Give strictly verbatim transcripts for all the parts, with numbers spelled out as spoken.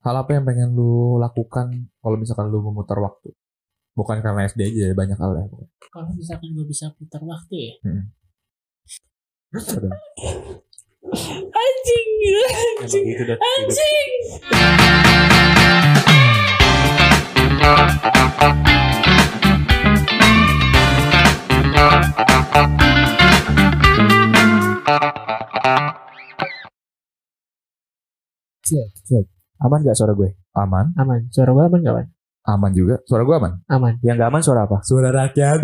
Hal apa yang pengen lu lakukan kalau misalkan lu memutar waktu? Bukan karena S D aja, banyak hal ya. Kalau misalkan gue bisa putar waktu ya. Hmm. Anjing, anjing, gitu dah. anjing. Cek, cek. Aman gak suara gue? Aman, Aman. Suara gue aman gak, Man? aman juga. Suara gua aman. Aman. Yang gak aman suara apa? Suara rakyat.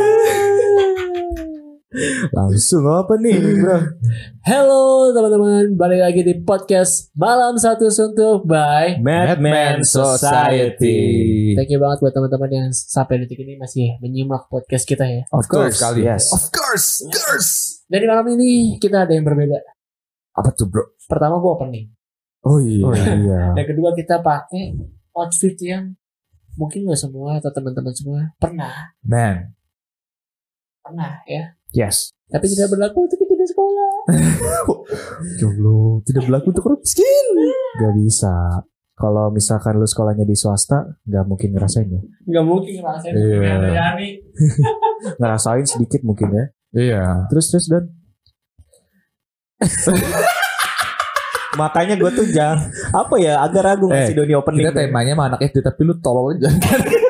Langsung apa nih, bro? Halo teman-teman, balik lagi di podcast Malam Satu Suntuk by Madman Society. Thank you banget buat teman-teman yang sampai detik ini masih menyimak podcast kita ya. Of course, sekali. yes. Of course, course. Dan di malam ini kita ada yang berbeda. Apa tuh, bro? Pertama gue opening. Oh iya. Oh iya. Dan kedua kita pakai outfit yang mungkin gak semua atau teman-teman semua pernah. Man. Pernah ya. Yes. Tapi tidak berlaku untuk kita di sekolah. Jomblo tidak berlaku untuk orang miskin. Gak bisa. Kalau misalkan lu sekolahnya di swasta, gak mungkin ngerasain ya. Gak mungkin ngerasain. Iya. Hari-hari. Ngerasain sedikit mungkin ya. Iya. Terus terus dan. Makanya gue tuh jangan apa ya agak ragu Eh, ngasih Doni opening. Kita temanya sama anak S D tapi lu tolol aja.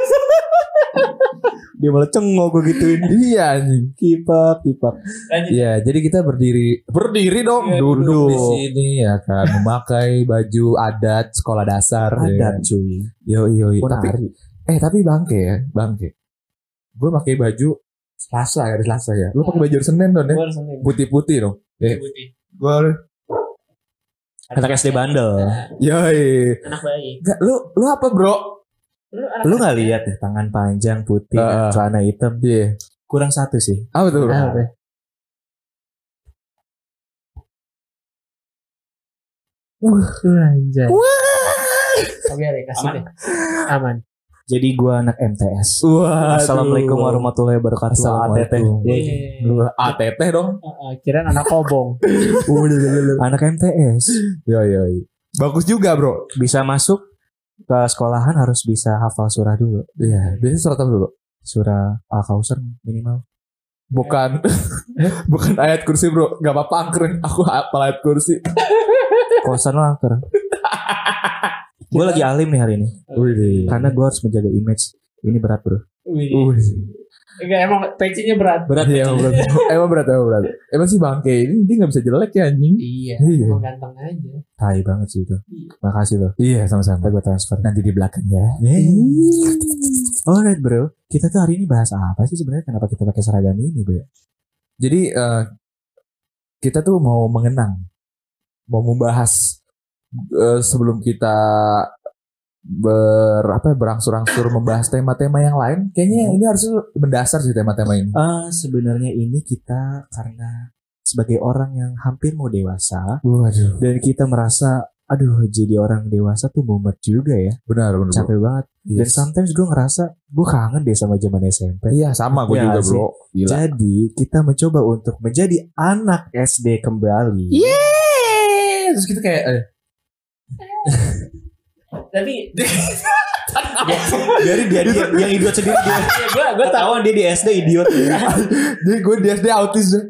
Dia malah cengok gue gituin. Iya anjing. Kipak kipak. Lanjut. Iya, jadi kita berdiri berdiri dong, Iya, duduk duduk. di sini ya kan, memakai baju adat sekolah dasar. Adat ya. cuy. Yo yo. yo. Tapi Tapi eh tapi bangke ya, bangke. Gue pakai baju Selasa ya, hari Selasa ya. Lu pakai baju hari Senin dong ya? Gue harus Senin. Putih-putih dong. Eh, Putih. gue anak S D bandel. yoi. Anak bayi. Enggak, lu lu apa, Bro? Lu anak Lu nggak lihat ya tangan panjang putih, Ah. celana hitam. Iya. Kurang satu sih. Apa tuh, Bro? Apa? Wah, anjay. Oke deh, kasih deh. Aman. Jadi gua anak M T S. Wah. Assalamualaikum warahmatullahi wabarakatuh. Assalamualaikum. A T T. Eh, Lu A T T dong. uh, kirain anak kobong. Anak M T S Yo yo. Bagus juga, Bro. bisa masuk ke sekolahan harus bisa hafal surah dulu. Iya, biasanya surat apa dulu? Surah Al-Kausar minimal. Bukan bukan ayat kursi, Bro. Gak apa-apa angkerin. Aku hafal ayat kursi. Kausar lo angker. Gue lagi alim nih hari ini. Wih. Karena gue harus menjaga image. Ini berat bro. Wih. Wih. Enggak, emang tensinya berat. Berat Iya, emang berat. emang berat, emang berat. Emang sih bangke ini dia gak bisa jelek ya anjing. Iya, Iya. emang ganteng aja. Tai banget sih itu. Iya. Makasih loh. Iya, sama-sama. Ntar gue transfer. Nanti di belakang ya. Alright bro. Kita tuh hari ini bahas apa sih sebenarnya? Kenapa kita pakai seragam ini bro? Jadi eh, kita tuh mau mengenang, mau membahas eh, sebelum kita ber apa ya, berangsur-angsur membahas tema-tema yang lain. Kayaknya ini harus mendasar sih tema-tema ini. Ah sebenarnya ini kita karena sebagai orang yang hampir mau dewasa Waduh, dan kita merasa aduh jadi orang dewasa tuh mumet juga ya. benar benar. Bro. Capek banget. Dan Yes. sometimes gue ngerasa gue kangen deh sama zaman S M P. Iya, sama gue Iya juga, sih. Bro. Gila. Jadi kita mencoba untuk menjadi anak S D kembali. Yeay! Terus kita kayak eh, Tapi Dari dia, dia yang idiot sendiri dia. gue gue tahu Ketahuan dia di S D idiot. jadi gue di S D autis deh.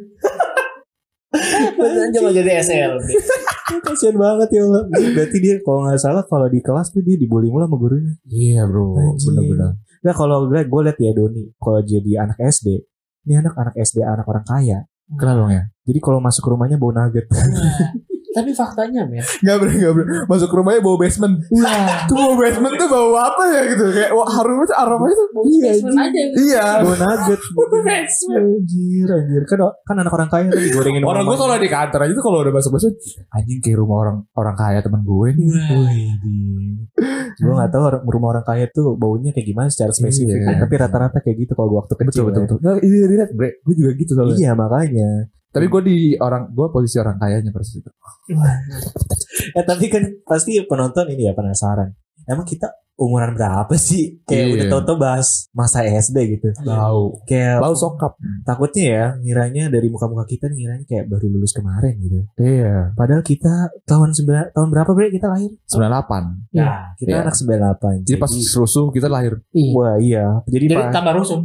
kan cuma jadi S L B. Kasian banget ya Allah. Berarti dia kalau nggak salah kalau di kelas tuh dia dibully mulu sama gurunya. Iya, Bro. Anjing. Benar-benar. Nah kalau gue gue lihat ya Doni kalau jadi anak S D, ini anak anak S D anak orang kaya. Kenapa dong ya? Jadi kalau masuk ke rumahnya bau nugget. Nah, tapi faktanya men. Gak bener, gak bener. Masuk ke rumahnya bawa basement. Wah, Tuh bawa basement tuh bawa apa ya gitu. Kayak wah, harum itu aromanya tuh. Iya, basement aja. Iya. Bau nugget. Basement. Anjir, anjir. Kan kan anak orang kaya kan digorengin Orang gue mamanya. kalau di kantor aja tuh kalau udah masuk basement, anjing kayak rumah orang orang kaya teman gue nih. Wih, gue nggak tahu orang- rumah orang kaya tuh baunya kayak gimana secara spesifik. Iya. Tapi rata-rata kayak gitu kalau gue waktu kecil. Betul betul ya. betul. Nah, ini lihat bre, gue juga gitu soalnya. Iya makanya. Tapi gue di orang gue posisi orang kayanya persis itu. Ya tapi kan pasti penonton ini ya penasaran. Emang kita umuran berapa sih? Kayak Iya. udah tau-tau bahas masa S D gitu. Tahu. Kayak Tahu sokap. takutnya ya ngiranya dari muka-muka kita nih ngiranya kayak baru lulus kemarin gitu. Iya. Padahal kita tahun sembilan tahun berapa Bre kita lahir? sembilan puluh delapan. Nah, kita Iya. anak sembilan puluh delapan. Jadi pas rusuh kita lahir. Iya. wah iya. Jadi, Jadi pas, tambah rusuh.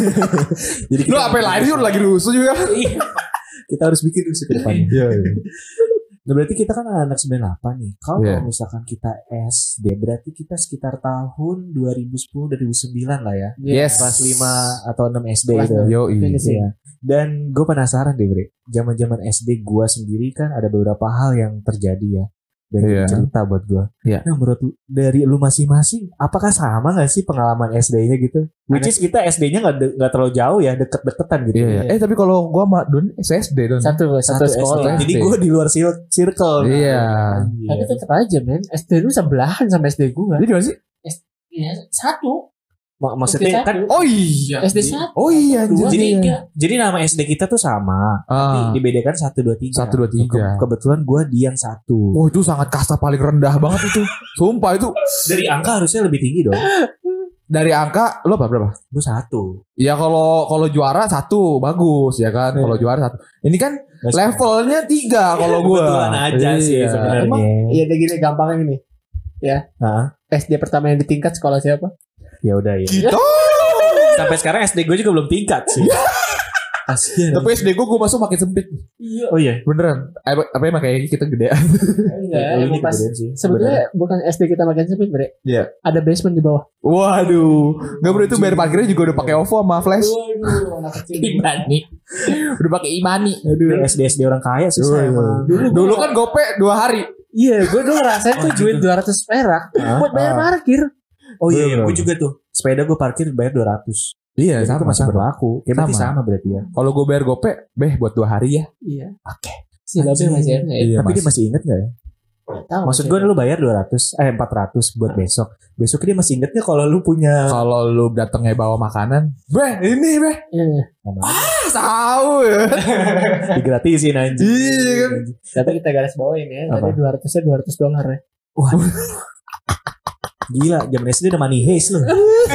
jadi Lu apa yang lahir lagi rusuh juga? kita harus bikin rusuh ke depan. Iya. Nah berarti kita kan anak sembilan puluh delapan nih. Kalau Iya. misalkan kita S D berarti kita sekitar tahun dua ribu sepuluh dua ribu sembilan lah ya. Yes. Kelas lima atau enam S D Kelas gitu. enam. Yo Finishing. Iya. Dan gue penasaran deh Bre. Zaman-zaman S D gue sendiri kan ada beberapa hal yang terjadi ya. Dan jadi Iya. cerita buat gue. Iya. Nah menurut lu- dari lu masing-masing, apakah sama gak sih pengalaman S D-nya gitu? Which is kita S D-nya gak, de- gak terlalu jauh ya, deket-deketan gitu. Iya, iya. Eh tapi kalau gua sama Don S S D Don. Satu satu Satu sekolah. S D. Jadi S D. gue di luar sil- circle. Iya. Tapi tetap aja men, S D lu sebelahan sama S D gua. Jadi gimana sih? Iya, satu. Mak- maksudnya S D kan satu. Oh iya. S D satu. Oh iya. Dua, jadi tiga. jadi nama S D kita tuh sama, Ah. tapi dibedakan satu dua tiga. Satu, dua, tiga. Ke- kebetulan gue di yang satu. Oh itu sangat kasta paling rendah banget itu. Sumpah itu. Dari angka harusnya lebih tinggi dong. Dari angka lo apa berapa? Gue satu. Ya kalau kalau juara satu bagus ya kan. Kalau juara satu. Ini kan levelnya tiga kalau gua. Kebetulan aja sih Iya. sebenarnya. Emang iya deh gini gampangnya gini. Hah? S D pertama yang di tingkat sekolah siapa? Ya udah ya. Gitu. Sampai sekarang S D gue juga belum tingkat sih. Kasian. Tapi S D gua gua masuk makin sempit. Iya. Oh iya. Beneran. Eh, Apa emang kayak kita gedean. Enggak, Lu emang ini pas kegedean sih. sebetulnya bukan S D kita makin sempit, Bre. Iya. Ada basement di bawah. Waduh. Enggak bro itu bayar parkirnya juga udah pakai O V O sama flash. Waduh, anak kecil Imani. Udah pakai Imani. Aduh, S D S D orang kaya susah Dulu, emang. Dulu Dulu kan gope dua hari. Iya, gue dulu ngerasain tuh duit dua ratus perak Hah? buat bayar Ah. parkir. Oh iya, Bener. gue juga tuh. Sepeda gue parkir bayar dua ratus. Iya, Jadi itu sama masih sama. berlaku. Ya berarti Sama. sama berarti ya. Kalau gue bayar gope, beh buat dua hari ya. Iya. Oke. Si Babe masih ada ya? Iya, Tapi dia masih inget gak ya? Tahu. Maksud gue lu bayar dua ratus eh empat ratus buat besok. Besok dia masih inget gak kalau lu punya Kalau lu datangnya bawa makanan, beh ini beh, Iya. ah, tahu ya. digratisin anjing. Iya kan. Tapi kita garis bawain ya. Apa? Tadi dua ratusnya dua ratus dolar ya. Wah. Gila, zaman S D udah money heist lu.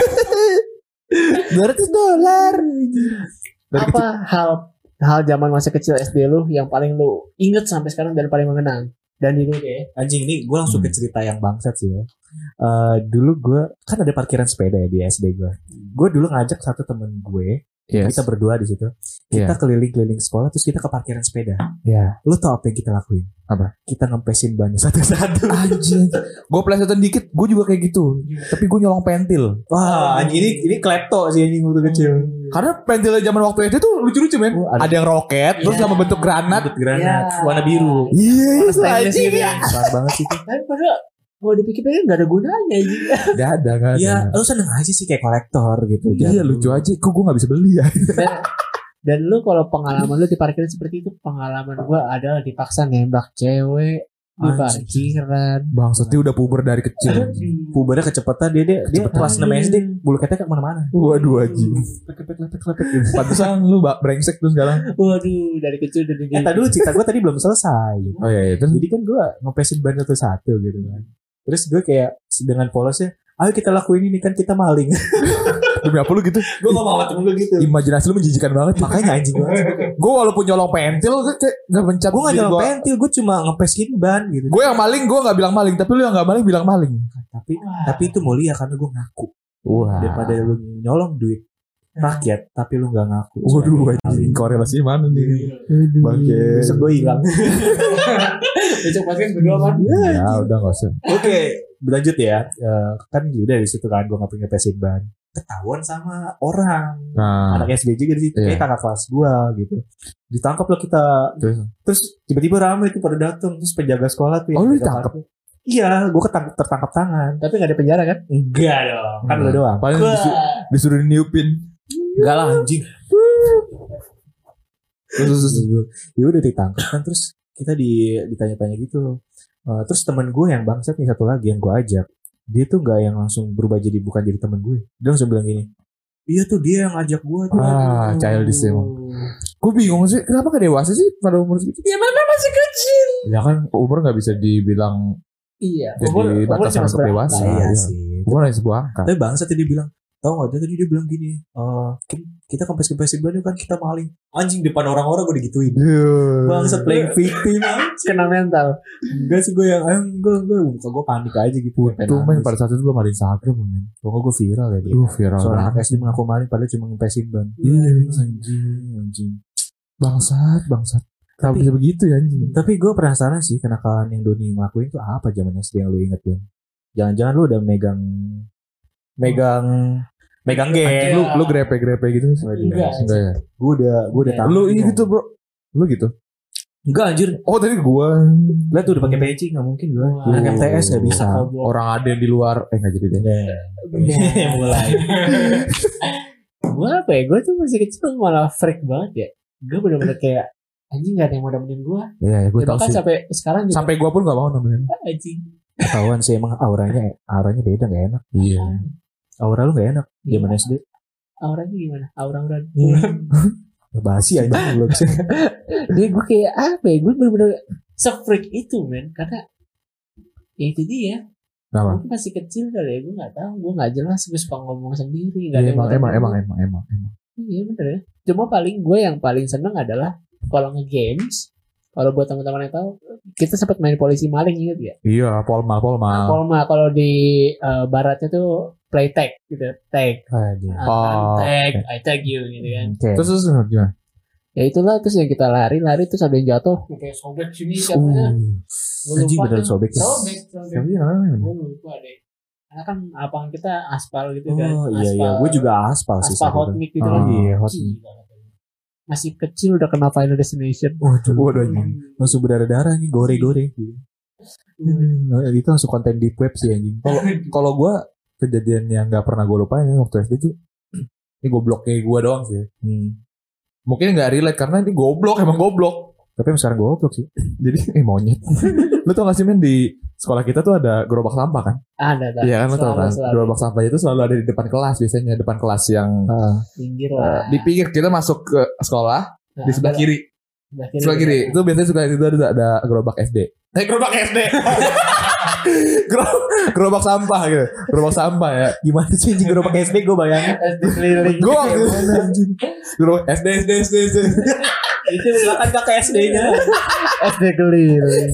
dua ratus dolar. Apa hal hal zaman masa kecil S D lu yang paling lu inget sampai sekarang dan paling mengenang? Dan itu deh. Anjing ini gue langsung ke Hmm. cerita yang bangsat sih ya. Eh, dulu gue kan ada parkiran sepeda ya di S D gue. Gue dulu ngajak satu temen gue. Yes. Kita berdua di situ. Kita Iya. keliling-keliling sekolah terus kita ke parkiran sepeda. Ya. Lu tau apa yang kita lakuin? Apa? Kita ngempesin bannya satu-satu. Anjing. Gue plesetan dikit, gue juga kayak gitu. Tapi gue nyolong pentil. Wah, anjing ini ini klepto sih anjing waktu kecil. Karena pentilnya zaman waktu itu tuh lucu-lucu men. Oh, ada- ada, yang roket, terus Iya. sama bentuk granat. Bentuk granat Ya. warna biru. Iya, Warna itu stainless anjing gitu ya. ya. Parah banget sih itu. Tapi padahal kalau dipikir-pikir nggak ada gunanya gitu. Gak ada, gak ada. Ya, lu seneng aja sih kayak kolektor gitu. Iya, lucu aja. Kok gue gak bisa beli ya? Dan, dan lu kalau pengalaman lu di parkiran seperti itu, pengalaman gua adalah dipaksa nembak cewek di Anjing. parkiran. Bang Seti udah puber dari kecil. Pubernya kecepatan dia dia, dia Kecepatan. kelas enam S D bulu ketek kemana-mana. Waduh anjing. Lepek-lepek-lepek gitu. Pantesan lu bak brengsek tuh sekarang. Waduh, dari kecil udah Eh tadi dulu cerita gue tadi belum selesai. Oh iya, iya. Terus Jadi kan gue ngepesin ban satu-satu gitu kan. Terus gue kayak dengan polosnya, ayo kita lakuin ini kan kita maling. demi apa lu gitu? Gue ngomong sama temen gue gitu. Imajinasi lu menjijikan banget. Makanya anjing gue. Gue walaupun nyolong pentil, gue kayak gak mencap. Gue gak diri nyolong gua. pentil, gue cuma ngepesin ban gitu. Gue yang maling, gue gak bilang maling. Tapi lu yang gak maling bilang maling. Tapi tapi itu mulia karena gue ngaku. Wah. Daripada lu nyolong duit rakyat tapi lu gak ngaku. Waduh anjing. Korelasi mana nih? Bangke. Besok gue hilang. besok podcast berdua kan. Ya udah gak usah. Oke, berlanjut ya. Eh, kan udah di situ kan gue nggak punya pesin ban. Ketahuan sama orang. Nah. Anak S D juga di situ. Iya. Kayak kakak kelas gue gitu. Ditangkap lah kita. Terus? Terus tiba-tiba ramai tuh pada datang. Terus penjaga sekolah tuh. yang Oh, lu penjaga ditangkap? parkir. Iya, gue ketangkap tertangkap tangan. Tapi nggak ada penjara kan? Enggak dong. Kan lu Enggak. doang. Paling disuruh, disuruh niupin. Enggak lah anjing. Terus, terus, terus. Ya udah ditangkap kan terus kita di ditanya-tanya gitu loh. Eh, terus temen gue yang bangsat nih satu lagi yang gue ajak, dia tuh gak yang langsung berubah jadi bukan jadi temen gue. Dia langsung bilang gini, iya tuh dia yang ngajak gue tuh. Ah, childish emang. Gue bingung sih, kenapa gak dewasa sih pada umur segitu? Ya mana masih kecil. Ya kan umur gak bisa dibilang Iya. jadi batasan untuk dewasa. Nah, iya Iya. sih. Iya. Gue nanya sebuah angka. Tapi bangsa tadi bilang, tahu nggak? Dia tadi dia bilang gini, eh kita kempes-kempesin banget kan kita maling. Anjing depan orang-orang gue digituin. Bangsa playing victim. Kena mental. Enggak sih gue yang, eh, enggak enggak, muka gue panik aja gitu. Itu main pada saat itu belum ada Instagram men. Pokoknya gue viral ya dia. Duh viral. Seorang anak S D mengaku maling padahal cuma ngempesin ban. Iya Anjing, anjing. bangsat bangsat. Tapi Tapi- bisa begitu ya anjing. Tapi gue penasaran sih kenakalan yang Doni ngelakuin itu apa zaman S D yang lu inget Ben? Jangan-jangan lu udah megang megang megang Anjing, game. lu lu grepe-grepe gitu sih? Enggak. Enggak ya. Gue udah gue udah Enggak. tahu. Lu ini gitu bro. Lu gitu. Enggak anjir. Oh tadi gua. Lihat tuh udah pakai peci enggak mungkin gue. Wah. Anak M T S enggak bisa. Orang ada yang di luar. Eh nggak jadi deh. Mulai. Gue apa ya? Gue tuh masih kecil malah freak banget ya. Gue bener-bener kayak anjing gak ada yang mau nemenin gue. Iya, ya, gue Ya, tahu bahkan sih. sampai sekarang juga Sampai gua pun nggak mau nemenin. anjing. Ketahuan sih emang auranya auranya beda enggak enak. Iya. Aura lu enggak enak zaman S D. Auranya gimana? Aura-aura. Basi aja belum sih. Jadi gue kayak apa ya? Gue bener-bener se-freak itu men. Karena ya itu dia. Kenapa? Gue masih kecil kali ya. Gue gak tahu. Gue gak jelas. Gue suka ngomong sendiri. Gak Iya, ada yang emang, mau emang, nemenin emang, gue. emang, emang, emang. Iya bener ya. Cuma paling gue yang paling seneng adalah kalau nge-games. Kalau buat teman-teman yang tahu, kita sempat main polisi maling inget ya? Iya, Polma, Polma. Polma kalau di eh, baratnya tuh play tag gitu, tag. Aja. Ah, Oh, tag, oke. I tag you gitu kan. Oke. Terus terus gimana? Ya itulah terus yang kita lari-lari terus ada yang jatuh. Kayak sobek sini siapa? Gue Anjing lupa beneran tuh. sobek. Sobek, sobek. Siapa sih namanya? Gue lupa deh. Karena kan apang kita aspal gitu kan. Oh iya iya, gue juga aspal sih. aspal saat hot itu. mix gitu Oh, kan. iya, hot Gila, mix. katanya. Masih kecil udah kena Final Destination. Waduh, Waduh, anjing. langsung berdarah-darah nih, gore-gore. Nah, itu langsung konten deep web sih anjing. Kalau kalau gue kejadian yang nggak pernah gue lupain ya waktu S D tuh, ini gobloknya gue doang sih. Hmm. Mungkin nggak relate karena ini goblok emang goblok. Tapi emang sekarang goblok sih. Jadi eh monyet. Lu tau gak sih men di sekolah kita tuh ada gerobak sampah kan? Ada, ada. Iya kan lu tau Selalu, kan? selalu. Gerobak sampah itu selalu ada di depan kelas biasanya depan kelas yang Ah, Pinggir eh, lah. di pinggir kita masuk ke sekolah Nah, di sebelah ada- kiri. sebelah kiri. Sebelah kiri itu biasanya suka itu ada ada gerobak S D. Eh gerobak S D. Gero- gerobak sampah gitu. Gerobak sampah ya. gimana sih anjing gerobak S D gue bayangin. S D keliling. Gue waktu gerobak S D S D S D S D. Itu belakang kakak S D-nya. S D keliling.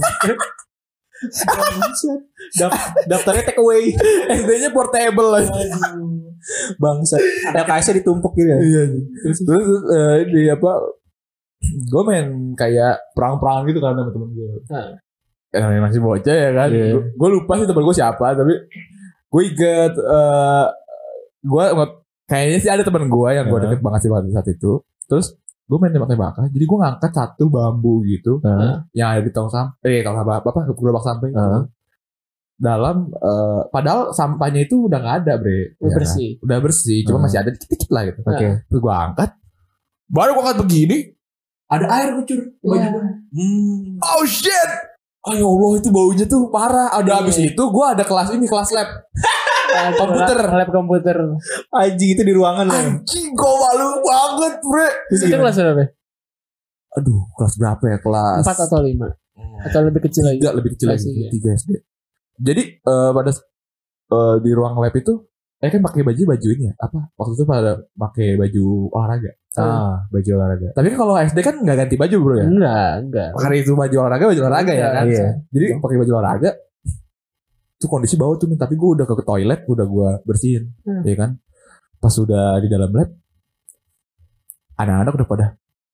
Dap- daftarnya take away. S D-nya portable lah. Bangsa. L K S-nya ditumpuk gitu ya. Iya. Terus terus eh, di apa? Gue main kayak perang-perang gitu kan sama temen gue. Nah. Ya, namanya masih bocah ya kan. Iya. Gue lupa sih temen gue siapa tapi gue inget eh gue kayaknya sih ada temen gue yang gue Heeh. deket banget sih pada saat itu. Terus gue main tembak-tembakan. Jadi gue ngangkat satu bambu gitu Heeh. yang ada di tong sampah. Eh tong sampah apa? Apa? Gerobak sampah itu. Heeh. Dalam eh, padahal sampahnya itu udah nggak ada bre. Udah Ya kan? bersih. Udah bersih. Cuma Heeh. masih ada dikit-dikit lah gitu. Oke. Terus gue angkat. Baru gue angkat begini. Ada air kucur. Wah. Hmm. Oh shit. Oh ya Allah itu baunya tuh parah. Ada Iya. abis itu gue ada kelas ini kelas lab. Komputer. Lab komputer. Anjing itu di ruangan loh. Anjing gue malu banget bre. Terus Itu gimana? kelas berapa? Aduh kelas berapa ya kelas? Empat atau lima? Atau lebih kecil lagi? Tiga lebih kecil Kelas lagi. tiga. Tiga S D. Jadi eh, pada eh, di ruang lab itu eh kan pakai baju baju ini ya apa? Waktu itu pada pakai baju olahraga. Ah, baju olahraga. Tapi kan kalau S D kan nggak ganti baju bro ya. Enggak, enggak. Hari itu baju olahraga baju olahraga ya kan. Iya. Jadi pakai baju olahraga. Itu kondisi bau tuh, tapi gue udah ke toilet, udah gue bersihin, Hmm. ya kan. Pas udah di dalam lab, anak-anak udah pada,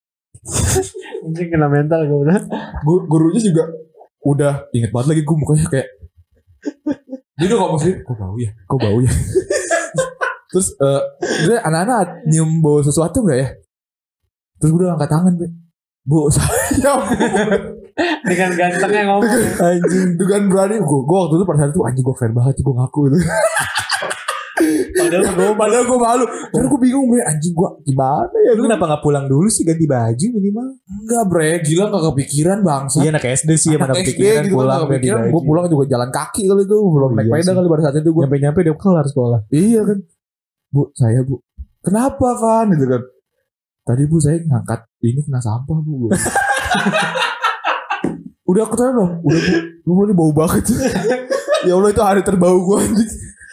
Mungkin kena mental gue udah. gu- gurunya juga udah inget banget lagi gue mukanya kayak, dia udah ngomong sih, kok bau ya, kok bau ya. Terus eh dia anak-anak nyium bau sesuatu nggak ya? Terus gue udah angkat tangan, Be. Bu, saya bu. Dengan gantengnya ngomong. Anjing, dengan berani gue, gue waktu itu pada saat itu anjing gue keren banget, gue ngaku itu. Padahal gue Padahal gue malu, karena gue bingung bre, anjing gue gimana ya? Lu kenapa gak pulang dulu sih ganti baju minimal? Enggak bre, gila gak kepikiran bangsa. Iya anak S D sih Anak mana S D kepikiran gitu pulang kan, ganti kepikiran. baju. Gue pulang juga jalan kaki kali itu, belum Oh, naik iya sepeda sih. kali pada saat itu gue. Nyampe-nyampe udah kelar sekolah. Iya kan, bu saya bu, kenapa Van gitu kan? Tadi bu saya ngangkat ini kena sampah bu. Udah aku tanya dong, udah bu, lu ini bau banget. Ya Allah itu hari terbau gue anjing.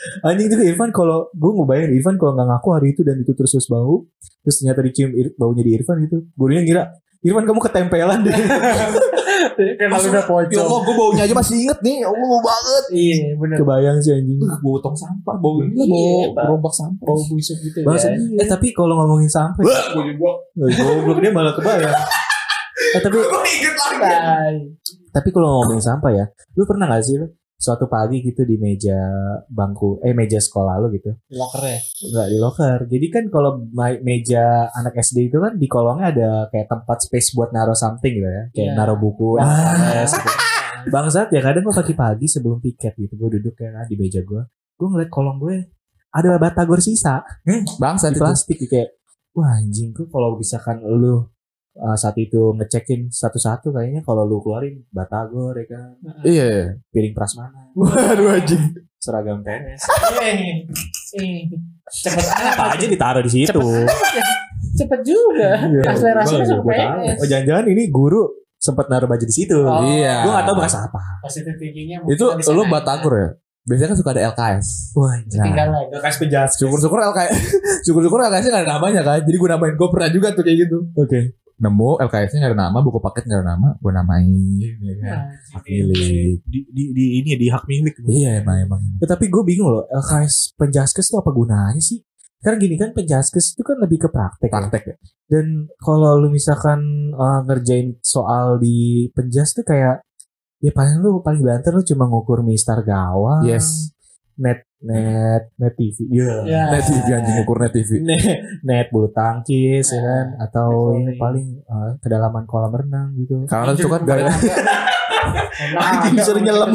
Anjing tuh Irfan kalau gue ngebayangin Irfan kalau nggak ngaku hari itu dan itu terus terus bau, terus ternyata dicium Ir- baunya di Irfan gitu. Gurunya ngira Irfan kamu ketempelan deh. Kan udah Ya pocong. Allah, gue baunya aja masih inget nih. Ya Allah, bau banget. Iya benar. Kebayang sih anjing. Bau tong sampah, bau ini, Iya, bau gerobak sampah. Bau busuk gitu Bangsa, ya. eh tapi kalau ngomongin sampah, Gue juga. eh, goblok dia malah kebayang. Eh tapi Gue inget lagi. Tai. tapi kalau ngomongin sampah ya, lu pernah gak sih lu suatu pagi gitu di meja bangku eh meja sekolah lu gitu, Loker ya. nggak di locker. Jadi kan kalau ma- meja anak S D itu kan di kolongnya ada kayak tempat space buat naruh something gitu ya, kayak Iya. naruh buku, Ah. S gitu. Bangsat ya kadang gue pagi-pagi sebelum piket gitu gue duduk ya kan di meja gue, gue ngeliat kolong gue ada batagor sisa Bangsa di itu. plastik kayak wah anjing tuh kalau misalkan lu uh, saat itu ngecekin satu-satu kayaknya kalau lu keluarin batagor ya kan, Iya, iya. piring prasmanan, Waduh anjing. seragam P N S, Eh, eh. Cepet apa aja ditaruh di situ. Cepet juga. Iya. Akselerasinya Gua- sama gua P tahu. N S. Oh jangan-jangan ini guru sempat naruh baju di situ. Oh. Iya. Gue gak tahu bekas apa. Positif thinkingnya Itu lu batagor ya? Biasanya kan suka ada L K S. Wah, Ketinggalan. bekas penjahat. Syukur-syukur L K S, syukur-syukur L K S-nya gak ada namanya kan. Jadi gue namain, gue pernah juga tuh kayak gitu. Oke. Nemu L K S-nya gak ada nama, buku paket gak ada nama, gue namain. Ya kan? Hak milik. Di, di, di ini di hak milik. Iya emang emang. Ya, tapi gue bingung loh, L K S penjaskes itu apa gunanya sih? Karena gini kan penjaskes itu kan lebih ke praktek, Praktek ya. Dan kalau lu misalkan uh, ngerjain soal di penjas tuh kayak ya paling lu paling banter lu cuma ngukur mistar gawang, Yes. net net net T V, iya, Ya. Net T V anjing, ukur net T V. net net bulu tangkis ya kan, atau net ini volley. paling uh, kedalaman kolam renang gitu. Karena itu kan gak Anjing disuruh nyelam.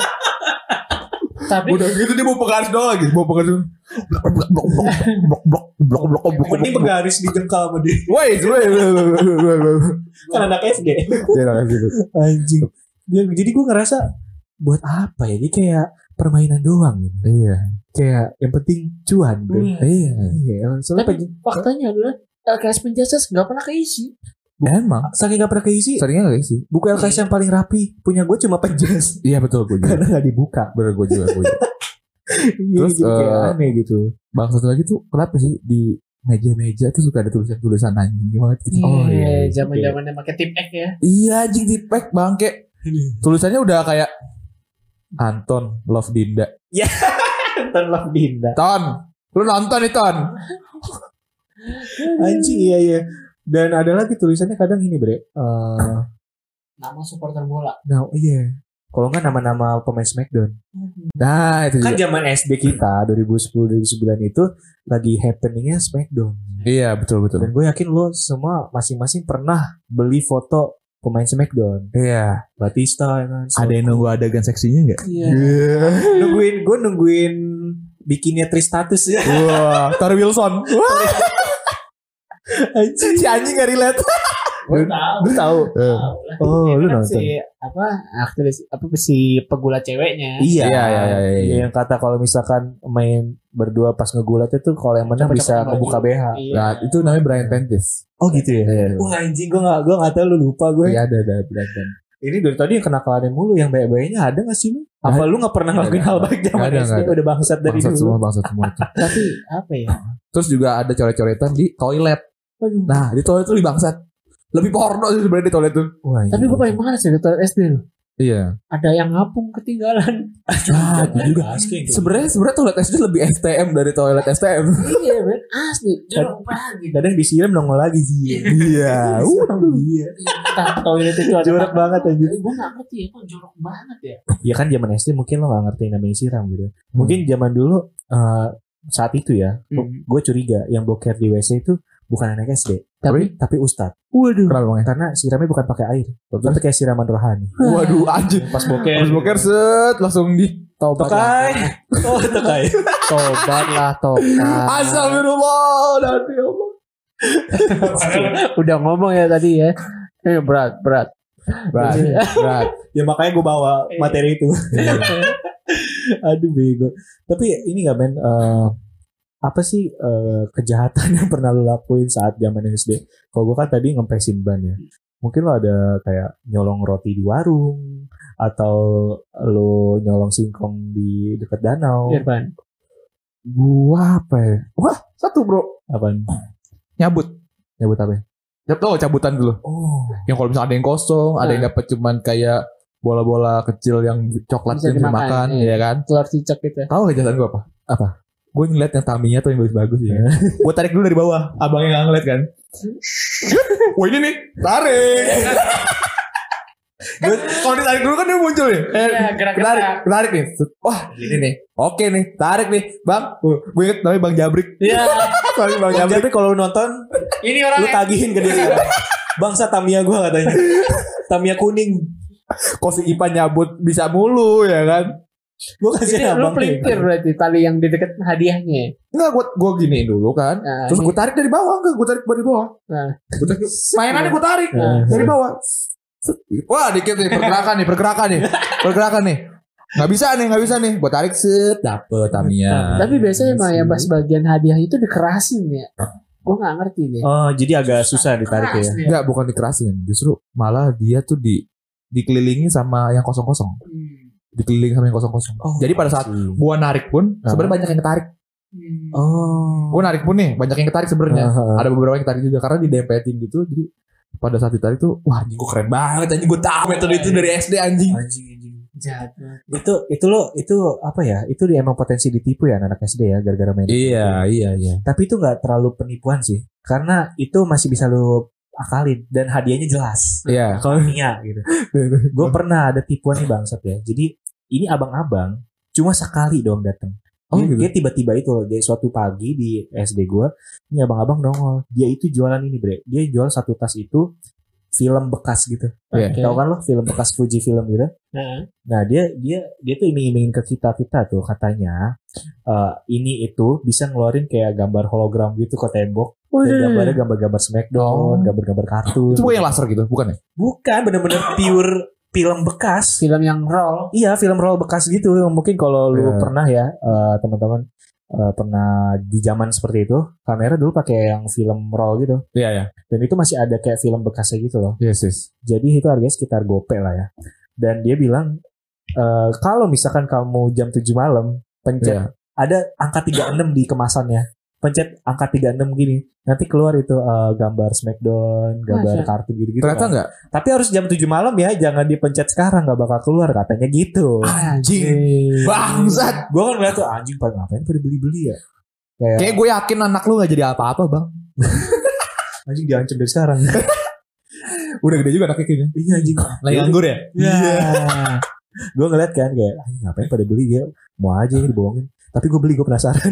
Tapi udah gitu dia mau penggaris doang lagi, mau penggaris. Blok blok blok blok blok blok blok blok blok. Mending bergaris di jengkal sama dia. Woi, woi, woi, woi. Kan anak S D. Ya lah gitu. Anjing. Ya, jadi gue ngerasa buat apa ya? Jadi kayak permainan doang gitu. Iya. Kayak yang penting cuan bro. Hmm. Iya. Iya, soalnya Tapi pen- faktanya adalah L K S penjasas nggak pernah keisi. Emang saking gak pernah keisi, seringnya gak sih? buku L K S yang paling rapi punya gue cuma penjas Iya betul gue juga. karena gak dibuka. Bener gue juga gue juga. Iya, Terus, jadi kayak eh, aneh gitu. Bang satu lagi tuh kenapa sih di meja-meja tuh suka ada tulisan-tulisan anjing banget gitu. Oh, iya, Iya, zaman-zamannya pakai tip X ya. Iya anjing di pack bangke. Tulisannya udah kayak Anton Love Dinda. Nonton Love Dinda. Ton, lu nonton nih Ton. Anjing iya iya. Dan ada lagi tulisannya kadang ini bre. Eh, Nama supporter bola. nah iya. Kalau nggak nama-nama pemain Smackdown. Nah itu Kan juga. zaman S D kita dua ribu sepuluh dua ribu sembilan itu lagi happeningnya Smackdown. Iya betul betul. Dan gue yakin lo semua masing-masing pernah beli foto pemain Smackdown. Iya. Batista ya kan. Ada yang nunggu adegan seksinya nggak? Iya. nungguin gue nungguin bikinnya Tristatus ya. Wah, Tar Wilson. Wah, Anjing. si anjing gak relate. Gue tahu. Lu tahu? Eh. Oh, lu Kan nonton. si apa aktris apa si pegula ceweknya. Iya, Iya, iya, iya, iya. Iya, yang kata kalau misalkan main berdua pas ngegulat itu kalau yang menang Cepet-cepet bisa baju. ngebuka B H. Iya. Nah, itu namanya Brian Pentis. Oh gitu ya. Iya. Wah anjing gue gak, gue gak tahu lu lupa gue. Iya ada ada Brian Pentis. Ini dari tadi yang kenakalannya mulu, yang baik-baiknya ada gak sih lu? Apa lu gak pernah Nggak ngelakuin ada. hal baik zaman Nggak ada, S D? nggak ada. Udah bangsat dari Bangsat dulu. semua, bangsat semua itu. Tapi apa ya? Terus juga ada coret-coretan di toilet. Nah, di toilet tuh lebih bangsat. Lebih porno sih sebenarnya di toilet tuh. Wah, Tapi gue paling males ya di toilet S D loh. Iya. Ada yang ngapung ketinggalan. Nah, itu juga. Sebenarnya sebenarnya toilet S D lebih S T M dari toilet S T M. Iya men, asli. Jorok banget. kadang disiram nongol lagi sih. Iya. Iya. Entah toilet itu ada Jorok apa. banget anjir. Gue gak ngerti ya, kok jorok banget ya. Ya kan zaman S D mungkin lo gak ngerti namanya siram gitu. Mungkin zaman dulu eh, saat itu ya, Hmm. gue curiga yang boker di W C itu bukan anak S D, tapi tapi ustad. Waduh. Kenapa bang? Karena siramnya bukan pakai air, tapi kayak siraman rohani. Waduh anjing. Pas boker, Habis boker set langsung di Tobat tokai. lah. Oh, tokai. Tobat lah, tobat. Astagfirullah dan ya Allah. Udah ngomong ya tadi ya. Eh, berat, berat. Berat, berat. Ya makanya gue bawa materi itu. Aduh bego. Tapi ini gak men, eh, apa sih eh, kejahatan yang pernah lo lakuin saat zaman S D? Kalau gue kan tadi ngempesin ban ya. Mungkin lo ada kayak nyolong roti di warung, atau lo nyolong singkong di dekat danau. Irfan, Gua apa ya? Wah, satu bro. Apaan? Nyabut. Nyebut apa? Nyabut oh, cabutan dulu. Oh. Yang kalau misalnya ada yang kosong, ada yang dapat cuman kayak bola-bola kecil yang coklat Bisa yang dimakan, dimakan, ya iya. kan? Telur cicak gitu. Tahu gak jelasan gue apa? Apa? Gue ngeliat yang taminya tuh yang bagus-bagus ya. Gue tarik dulu dari bawah. Abangnya gak ngeliat kan. Wah ini nih. Tarik. Kan, kalau ditarik dulu kan dia muncul nih. Eh, Iya, gerak-gerak. Tarik, tarik nih. Wah gini nih. Oke nih. Tarik nih. Bang. Gue inget namanya Bang Jabrik. Iya. Sorry Bang Bang Jabrik. Jabrik kalau lu nonton, Ini lu orangnya. tagihin ke dia sekarang. Bangsa Tamiya gue katanya. Tamiya kuning. Kok si Ipan nyabut bisa mulu ya kan. Gue kasih Ini lu abang. pelintir berarti tali yang di dekat hadiahnya. Enggak, gue gue giniin dulu kan. Nah, Terus ini- gue tarik dari bawah. Enggak, gue tarik dari bawah. Nah. Gue tarik. Mainannya gue tarik Nah. dari bawah. Wah dikit nih pergerakan nih, pergerakan nih, pergerakan nih. Nggak bisa nih, nggak bisa nih. Gue tarik set, dapet Tamiya. Tapi biasanya emang ya pas bagian hadiah itu dikerasin ya. Gue nggak ngerti deh. Oh, jadi agak susah ditarik ya. Keras dia. Enggak, bukan dikerasin. Justru malah dia tuh di dikelilingi sama yang kosong-kosong. Hmm. Dikelilingi sama yang kosong-kosong. Oh, Jadi pada saat gua narik pun Ah. sebenarnya banyak yang ketarik. Hmm. Oh. Gua narik pun nih banyak yang ketarik sebenarnya. Ah, ah. Ada beberapa yang ketarik juga karena didempetin gitu. Jadi pada saat ditarik tuh wah anjing gua keren banget anjing, gua tahu metode itu dari S D anjing. Anjing anjing. Jahat banget. Itu itu lo itu apa ya? Itu dia emang potensi ditipu ya anak S D ya gara-gara main. Iya, iya, iya. Tapi itu nggak terlalu penipuan sih. Karena itu masih bisa lo akalin dan hadiahnya jelas. Iya. Kalau Mia gitu. Gue pernah ada tipuan nih bangsat ya. Jadi ini abang-abang cuma sekali doang datang. Oh, dia, gitu. dia tiba-tiba itu loh, dia suatu pagi di S D gue, ini abang-abang nongol. Dia itu jualan ini bre. Dia jual satu tas itu film bekas gitu. Iya. Tahu kan lo film bekas Fuji film gitu. Nah, Nah dia dia dia tuh iming-imingin ke kita kita tuh katanya eh, ini itu bisa ngeluarin kayak gambar hologram gitu ke tembok. Dan gambarnya gambar-gambar Smackdown, Oh. gambar-gambar kartun. Itu bukan yang laser gitu, bukan ya? Bukan bener-bener pure film bekas. film yang roll. Iya film roll bekas gitu. Mungkin kalau lu Iya. pernah ya eh, teman-teman eh, pernah di zaman seperti itu kamera dulu pakai yang film roll gitu. Iya, iya. Dan itu masih ada kayak film bekasnya gitu loh. Yes, yes. Jadi itu harganya sekitar gope lah ya. Dan dia bilang eh, kalau misalkan kamu jam tujuh malam pencet Iya. ada angka tiga puluh enam di kemasannya. Pencet angka tiga puluh enam gini. Nanti keluar itu eh, gambar Smackdown, gambar Masa? kartun gitu-gitu. Ternyata kan. enggak? Tapi harus jam tujuh malam ya, jangan dipencet sekarang nggak bakal keluar katanya gitu. Anjing. Bangsat. Gue kan ngeliat tuh anjing pada ngapain pada beli-beli ya. Kayak Kayak gue yakin anak lu gak jadi apa-apa, Bang. anjing diancam dari sekarang. Udah gede juga anaknya kayaknya. Iya anjing. Lagi nganggur ya? Iya. Gue ngeliat kan kayak anjing ngapain pada beli ya. Mau aja ini dibohongin. Tapi gue beli gue penasaran.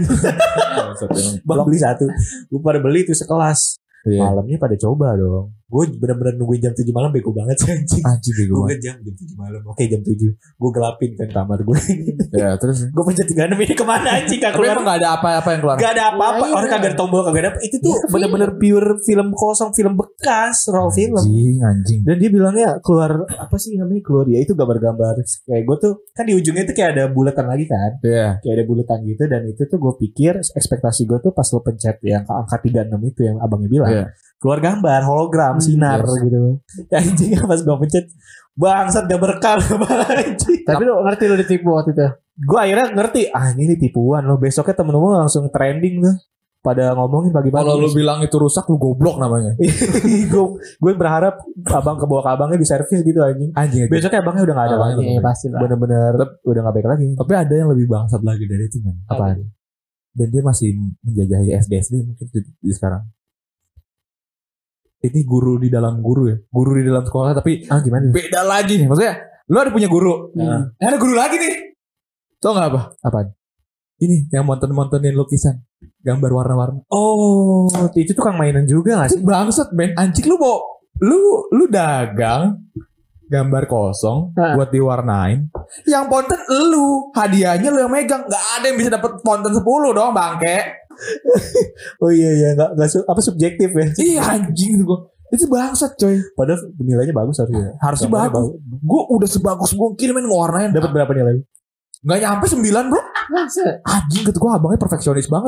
Bang beli satu. Gue pada beli itu sekelas. Iya. Malamnya pada coba dong. Gue bener-bener nungguin jam tujuh malam bego banget sih anjing. Anjing bego Gue banget. ke jam jam tujuh malam. Oke jam tujuh. Gue gelapin kan kamar gue. Ya, terus. Gue pencet tiga puluh enam ini kemana anjing kagak Tapi keluar. emang gak ada apa-apa yang keluar. Gak ada apa-apa. Iya, Orang iya. kagak ada tombol kagak ada apa. Itu tuh Iya, bener-bener pure film kosong, film bekas, roll film. Anjing, anjing. Dan dia bilangnya keluar apa sih namanya keluar ya itu gambar-gambar kayak gue tuh kan di ujungnya itu kayak ada bulatan lagi kan. Iya. Kayak ada bulatan gitu dan itu tuh gue pikir ekspektasi gue tuh pas lo pencet yang angka tiga puluh enam itu yang abangnya bilang. Iya. Keluar gambar hologram Hmm, sinar yes. gitu. Ya anjing pas gue pencet bangsat gak berkah anjing. Tapi lu ngerti lu ditipu waktu itu. Gue akhirnya ngerti ah ini tipuan lo. Besoknya temen-temen langsung trending tuh pada ngomongin pagi-pagi. Kalau lu bilang itu rusak, lu goblok namanya. gue gue berharap abang ke bawah ke abangnya di servis gitu anjing. Anjing. Besoknya abangnya udah gak ada Ah, lagi. Iya pasti lah. Bener-bener udah gak baik lagi. Tapi ada yang lebih bangsat lagi dari itu, man. Apaan? Dan dia masih menjajahi S D S D mungkin di, di sekarang. Ini guru di dalam guru ya. Guru di dalam sekolah tapi Ah gimana? beda lagi nih. Maksudnya lu ada punya guru. Hmm. Eh, ada guru lagi nih. Tau gak apa? Apaan? Ini yang monten-montenin lukisan. Gambar warna-warna. Oh, itu tukang mainan juga gak sih? Itu bangsat, men. Anjing lu mau lu lu dagang gambar kosong Hah. buat diwarnain. Yang ponten lu, hadiahnya lu yang megang. Gak ada yang bisa dapat ponten sepuluh dong, bangke. Oh iya iya nggak nggak su- apa subjektif ya? Iya anjing itu gua. Itu bangsat, coy. Padahal nilainya bagus harusnya. Harusnya Gambarnya bagus. Gua udah sebagus mungkin men ngewarnain. Dapat berapa nilai? Gak nyampe sembilan, bro. Masa? Anjing kata gua abangnya perfeksionis banget.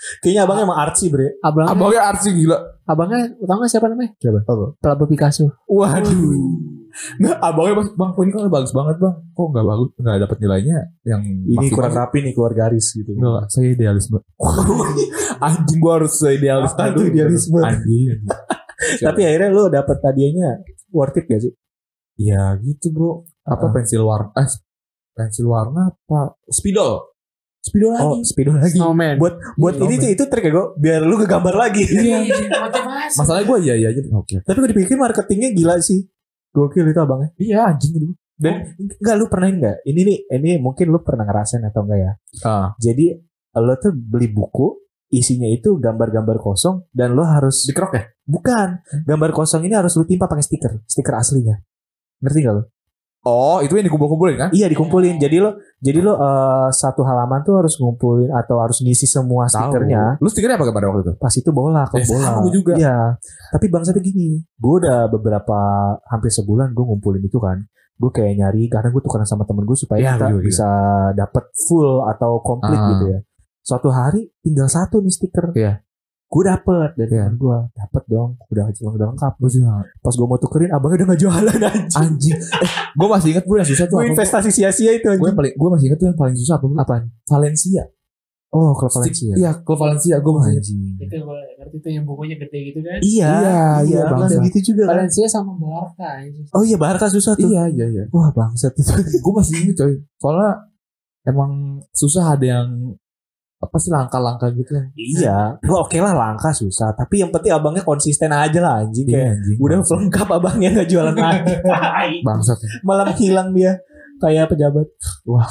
Kayaknya abangnya emang artsy bre. Abangnya, Abangnya artsy gila. abangnya, tau gak siapa namanya? Siapa? Pablo Picasso. Waduh. Nggak, abangnya pas bang, ini kan bagus banget bang. Kok nggak bagus, nggak dapat nilainya yang Ini maksimal? kurang rapi nih, keluar garis gitu. Enggak, saya idealisme. Anjing gua harus idealis. Apa itu idealisme? Anjing. anjing. Tapi akhirnya lu dapet hadiahnya worth it gak sih? Ya gitu bro. Apa Uh-uh. pensil warna? Eh, pensil warna apa? Spidol. Spidol Oh, lagi. spidol lagi. Snowman. Buat buat Iya, ini tuh itu trik ya gue, biar lu ngegambar lagi. Iya. Motivasi. Masalahnya gue iya iya aja. Oke. Tapi gue dipikir marketingnya gila sih. Gokil itu abangnya. Iya anjing itu. Dan enggak, lu pernah enggak? Ini nih, ini mungkin lu pernah ngerasain atau enggak ya? Ah, Jadi lo tuh beli buku, isinya itu gambar-gambar kosong dan lo harus dikerok ya? bukan, gambar kosong ini harus lu timpa pakai stiker, stiker aslinya. Ngerti gak lo? Oh, itu yang dikumpul-kumpulin kan? Iya, dikumpulin. Jadi lo jadi lo eh, satu halaman tuh harus ngumpulin atau harus ngisi semua stikernya. Tahu. Lu stikernya apa pada waktu itu? Pas itu bola, klub Eh, bola. sama gua juga. Iya. Tapi bangsatnya gini, gue udah beberapa hampir sebulan gue ngumpulin itu kan. Gue kayak nyari karena gue tukeran sama temen gue supaya Iya, kita gua juga. bisa dapet full atau komplit Ah. gitu ya. Suatu hari tinggal satu nih stiker. Iya. Gue dapet dari Iya. temen gue, dapet dong, udah udah lengkap. Gue juga. Pas gue mau tukerin, abangnya udah gak jualan anjing. Anjing. Eh, gue masih inget bro yang susah tuh. Gue apa, investasi sia-sia itu Gue anjing. yang paling, gue masih inget tuh yang paling susah apa? bro? Apaan? Valencia. Oh, klub Stick- Valencia. Iya, klub Valencia. Gue masih inget. Anjing. Itu gue ngerti tuh yang bukunya gede gitu kan. Iya, Iya, iya, iya, bangsa bangsa. gitu juga kan. Valencia sama Barca. itu. Oh iya, Barca susah tuh. Iya, iya, iya. Wah, bangsat itu. Gue masih inget coy. Soalnya emang susah ada yang apa sih langkah-langkah gitu. Iya, gua oke lah langka susah, tapi yang penting abangnya konsisten aja lah anjing Iya, kayak anjing. udah lengkap abangnya nggak jualan lagi, Bangsat. malah hilang dia kayak pejabat. Wah,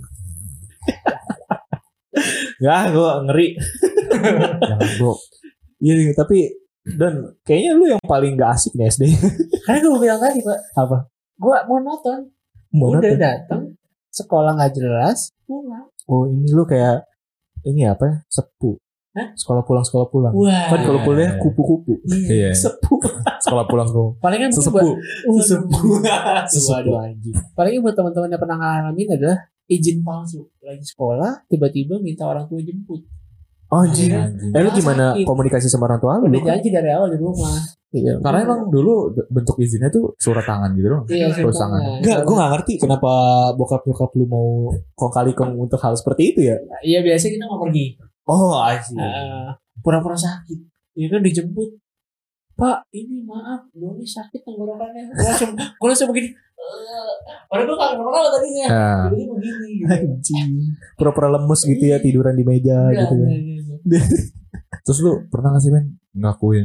nggak, gua ngeri. Jangan bro. Iya, nih, tapi dan kayaknya lu yang paling gak asik nih S D. Karena gue bilang tadi pak. Apa? Gue monoton. Monoton. Udah datang. Sekolah gak jelas. Pulang. Oh ini lu kayak ini apa? ya? Sepu. Hah? Sekolah pulang sekolah pulang. Wah. Kan kalau kuliah kupu-kupu. Iya. Sepu. Sekolah pulang gue. Palingan mungkin Sesepuh. buat- Sesepuh. Sesepuh. Waduh anjing. Palingnya buat teman-teman yang pernah ngalamin adalah izin palsu. Lagi sekolah, tiba-tiba minta orang tua jemput. Oh, anjing. Anjing. Eh lu Malah gimana sakit. komunikasi sama orang tua lu? Udah janji dari awal di rumah. Iya. Karena emang dulu bentuk izinnya tuh surat tangan gitu dong. Iya, Terus tangan. Enggak, gue gak ngerti kenapa bokap nyokap lu mau kong kali kong untuk hal seperti itu ya. Iya biasanya kita mau pergi. Oh, asik. Eh, pura-pura sakit. Ya kan dijemput. Pak, ini maaf, gue ini sakit tenggorokannya. Gue langsung, gue langsung begini. Eh, Padahal gue gak kenal tadinya. Nah, Jadi begini. Gitu. Anjing. Pura-pura lemes gitu ya, tiduran di meja Enggak, gitu ya. enggak, gitu. terus lu pernah gak sih men ngakuin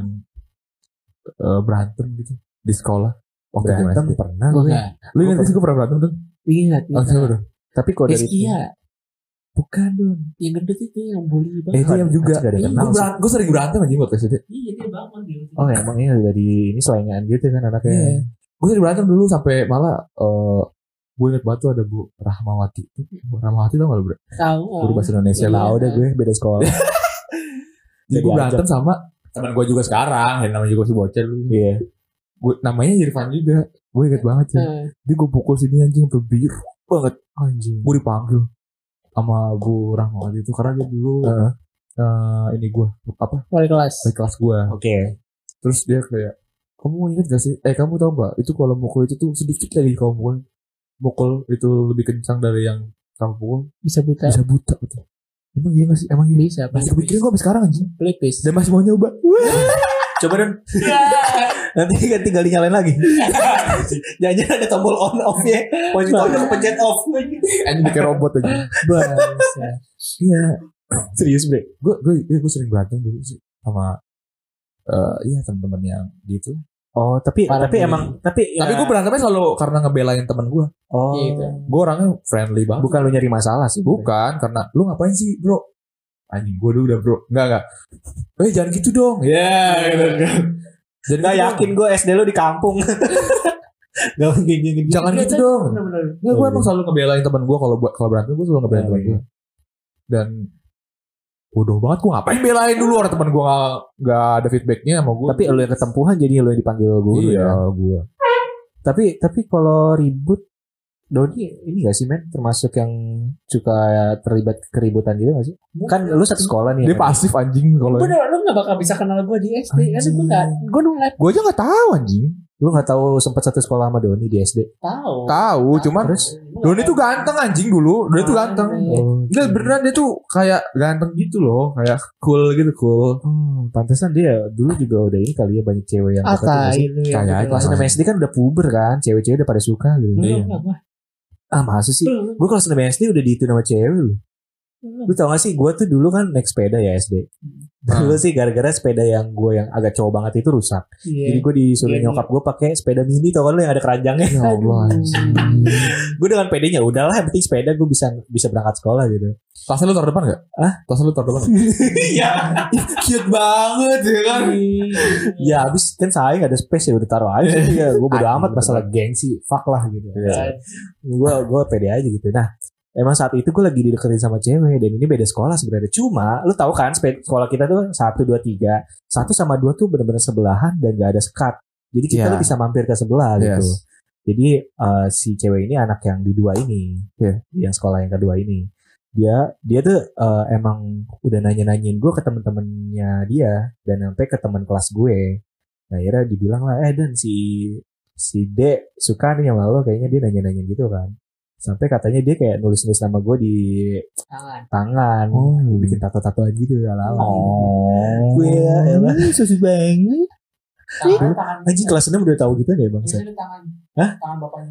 eh, berantem gitu di sekolah? Waktu zaman Berantem S D? pernah Gue gue. enggak. Lu ingat gak sih gue pernah berantem tuh? Ingat, Oh, ingat. siapa tuh? Tapi kok dari Rizkia. bukan dong. Yang gendut itu yang bully Eh, banget. itu yang juga. Gak ada yang Iya, kenal. Gue sih. beran- gue sering berantem aja buat S D. Iya dia bangun dia. Oh, emang ini dari ini selengean gitu kan anaknya. Iya. Gue sering berantem dulu sampai malah eh gue inget banget tuh ada Bu Rahmawati. Bu Rahmawati tau gak lu bro? Tahu. Guru bahasa Indonesia Iya. lah. Tahu deh gue beda sekolah. Jadi gue Jadi berantem sama teman gue juga sekarang. Yang namanya juga si bocah dulu. Iya. Gue namanya Irfan juga. Gue inget banget sih. Eh, Dia gue pukul sini anjing sampai biru banget. Anjing. Gue dipanggil sama Bu Rahmawati itu karena dia dulu Heeh. eh, ini gue apa wali kelas. dari kelas gue. Oke. Terus dia kayak, kamu inget gak sih? Eh kamu tau gak? Itu kalau mukul itu tuh sedikit lagi kamu mukul. Mukul itu lebih kencang dari yang kamu pukul. Bisa buta. Bisa buta gitu. Emang iya gak sih? Emang iya. Bisa. Masih kepikiran gue sampai sekarang anjing. Pelipis. Dan masih mau nyoba. Coba dong. Nanti kan tinggal dinyalain lagi. Jangan-jangan ada tombol on off ya. Posisi on kepencet off. Anjing kayak robot aja. Bangsa. Iya. Serius bre. Gue gue gue sering berantem dulu sih sama eh iya teman-teman yang gitu. Oh, tapi Parah tapi nih. emang tapi Tapi ya- gue berantemnya selalu karena ngebelain teman gue. oh, Gitu. Gue orangnya friendly banget. bukan lu nyari masalah sih. Bukan, karena lu ngapain sih bro? Anjing gue dulu udah bro. Enggak enggak. Eh jangan gitu dong. Ya gitu kan. Jadi Gak yakin gue S D lu di kampung. Gak mungkin gitu. Jangan Iya, gitu kan? dong. Bener-bener. Enggak, gue Oh, emang iya. selalu ngebelain teman gue kalau buat kalau berantem gue selalu ngebelain Oh, teman iya. gue. Dan bodoh banget gue ngapain belain dulu orang teman gue nggak nggak ada feedbacknya sama gue. Tapi lu yang ketempuhan jadi lu yang dipanggil guru iya ya. gue. Tapi tapi kalau ribut Doni ini gak sih men termasuk yang suka terlibat keributan gitu gak sih? Kan lu satu sekolah nih. Dia pasif anjing kalau. Gue lu gak bakal bisa kenal gue di S D. Karena gue gak, gue nolak. Gue aja gak tahu anjing. Lu gak tahu sempat satu sekolah sama Doni di S D? Tahu. Tahu, cuman Terus Doni tuh ganteng anjing dulu. Doni tuh ganteng. Oh, Dia beneran dia tuh kayak ganteng gitu loh, kayak cool gitu cool. Oh, pantesan dia dulu juga udah ini kali ya banyak cewek yang deketin gak sih? Lu Kayak yang Kelas enam S D kan udah puber kan, cewek-cewek udah pada suka gitu. Lu Iya. enggak gue. Ah masa sih? Lu Gue kelas enam S D udah diitu sama cewek lu. Lu tau gak sih gue tuh dulu kan naik sepeda ya S D. Dulu sih gara-gara sepeda yang gue yang agak cowok banget itu rusak. Jadi gue disuruh Iya, nyokap gue pakai sepeda mini tau kan lu yang ada keranjangnya. Ya Allah anjing. Gue dengan pedenya udahlah yang penting sepeda gue bisa bisa berangkat sekolah gitu. Tasnya lu taruh depan gak? Hah? Tasnya lu taruh depan gak? Iya. Cute banget ya kan? Ya abis kan sayang ada space ya udah taruh aja. Ya gue bodo amat masalah gengsi. Fuck lah gitu. Gue gue pede aja gitu. Nah emang saat itu gue lagi dideketin sama cewek dan ini beda sekolah sebenarnya. Cuma lu tahu kan spe- sekolah kita tuh satu dua tiga, satu sama dua tuh benar-benar sebelahan dan gak ada sekat. Jadi kita Yeah. tuh bisa mampir ke sebelah gitu. Yes. Jadi uh, si cewek ini anak yang di dua ini, Yeah. yang sekolah yang kedua ini. Dia dia tuh uh, emang udah nanya-nanyain gue ke temen-temennya dia dan sampai ke teman kelas gue. Nah akhirnya dibilang lah, eh dan si si D suka nih sama lo, kayaknya dia nanya-nanyain gitu kan. Sampai katanya dia kayak nulis-nulis nama gue di Tangan. tangan, Oh. bikin tato-tatoan gitu ala-ala. Oh. Gue ya elah, susah banget. Tangan. Tangan. Anjing kelas enam udah tahu gitu deh bang. Ini tangan. Hah? Tangan bapaknya.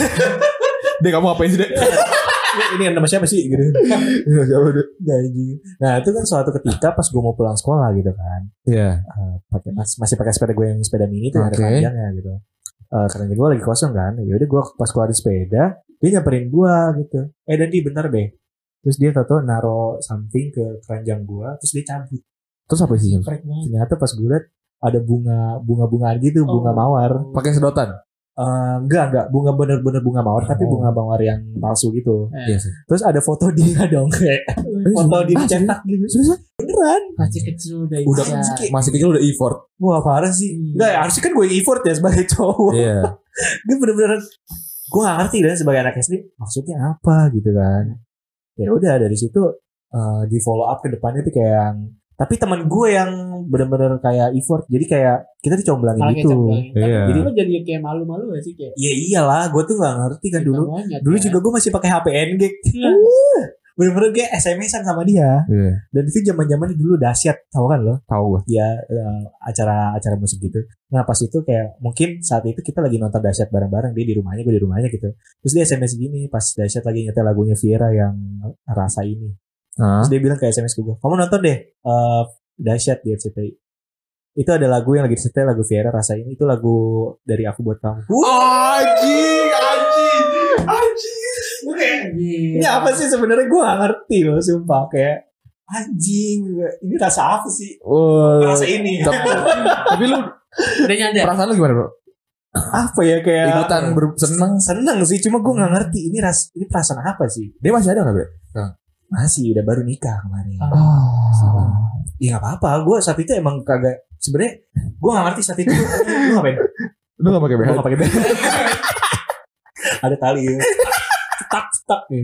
Dek kamu ngapain sih dek? Ini, ini nama siapa sih gitu. Iya, siapa dek? Nah, anjing. Nah itu kan suatu ketika pas gue mau pulang sekolah gitu kan, Iya. uh, pakai mas- masih pakai sepeda gue yang sepeda mini tuh yang ada Oke. keranjangnya gitu. Uh, keranjang gue lagi kosong kan, ya udah gue pas keluar di sepeda, dia nyamperin gue gitu. Eh Dandi bentar deh. Terus dia tato naro something ke keranjang gue, terus dia cabut. Terus apa sih? Freak banget. Ternyata pas gue liat ada bunga bunga bungaan gitu, bunga Oh. mawar. Pakai sedotan. Eh, enggak enggak bunga bener-bener bunga mawar, tapi Oh. bunga mawar yang palsu gitu. Eh, Iya sih. Terus ada foto dia dong kayak foto dia Ah, dicetak gitu. Beneran. Masih kecil udah Udah bisa. masih kecil udah effort. Wah parah sih. Hmm. Enggak, harusnya kan gue yang effort ya sebagai cowok. Iya. Gue bener-bener gue gak ngerti dan sebagai anak S D maksudnya apa gitu kan. Ya udah dari situ eh, di follow up ke depannya tuh kayak yang, tapi teman gue yang bener-bener kayak effort. Jadi kayak kita dicomblangin Malah gitu. kecap lagi. Tapi Iya. Jadi lo jadi kayak malu-malu gak sih kayak? Ya iyalah, gue tuh gak ngerti kan dulu. Monyet, Dulu kan? juga gue masih pakai H P N G. Iya. Bener-bener gue S M S-an sama dia. Iya. Dan itu zaman-zaman dulu dahsyat, tahu kan lo? Tahu gue. Ya eh, acara-acara musik gitu. Nah pas itu kayak mungkin saat itu kita lagi nonton dahsyat bareng-bareng, dia di rumahnya, gue di rumahnya gitu. Terus dia S M S gini pas dahsyat lagi nyetel lagunya Viera yang Rasa Ini. Hah? Terus dia bilang ke S M S ke gue, kamu nonton deh eh, dahsyat di R C T I. Itu ada lagu yang lagi disetel, lagu Viera Rasa Ini, itu lagu dari Aku Buat Kamu. Anjing, anjing, anjing. Ini apa sih sebenarnya gue gak ngerti loh, sumpah kayak anjing, ini rasa apa sih? Wah. Rasa ini. Tapi, tapi lu Udah nyadar. perasaan lu gimana bro? Apa ya kayak Ikutan bersenang. seneng sih, cuma gue nggak ngerti ini ras ini perasaan apa sih? Dia masih ada nggak bro? Masih udah baru nikah kemarin. Oh. Ya nggak apa-apa, gue saat itu emang kagak sebenarnya gue nggak ngerti saat itu lu ngapain? Lu gak pakai B H? Gue nggak pakai band. Ada tali ya. Cetak cetak nih.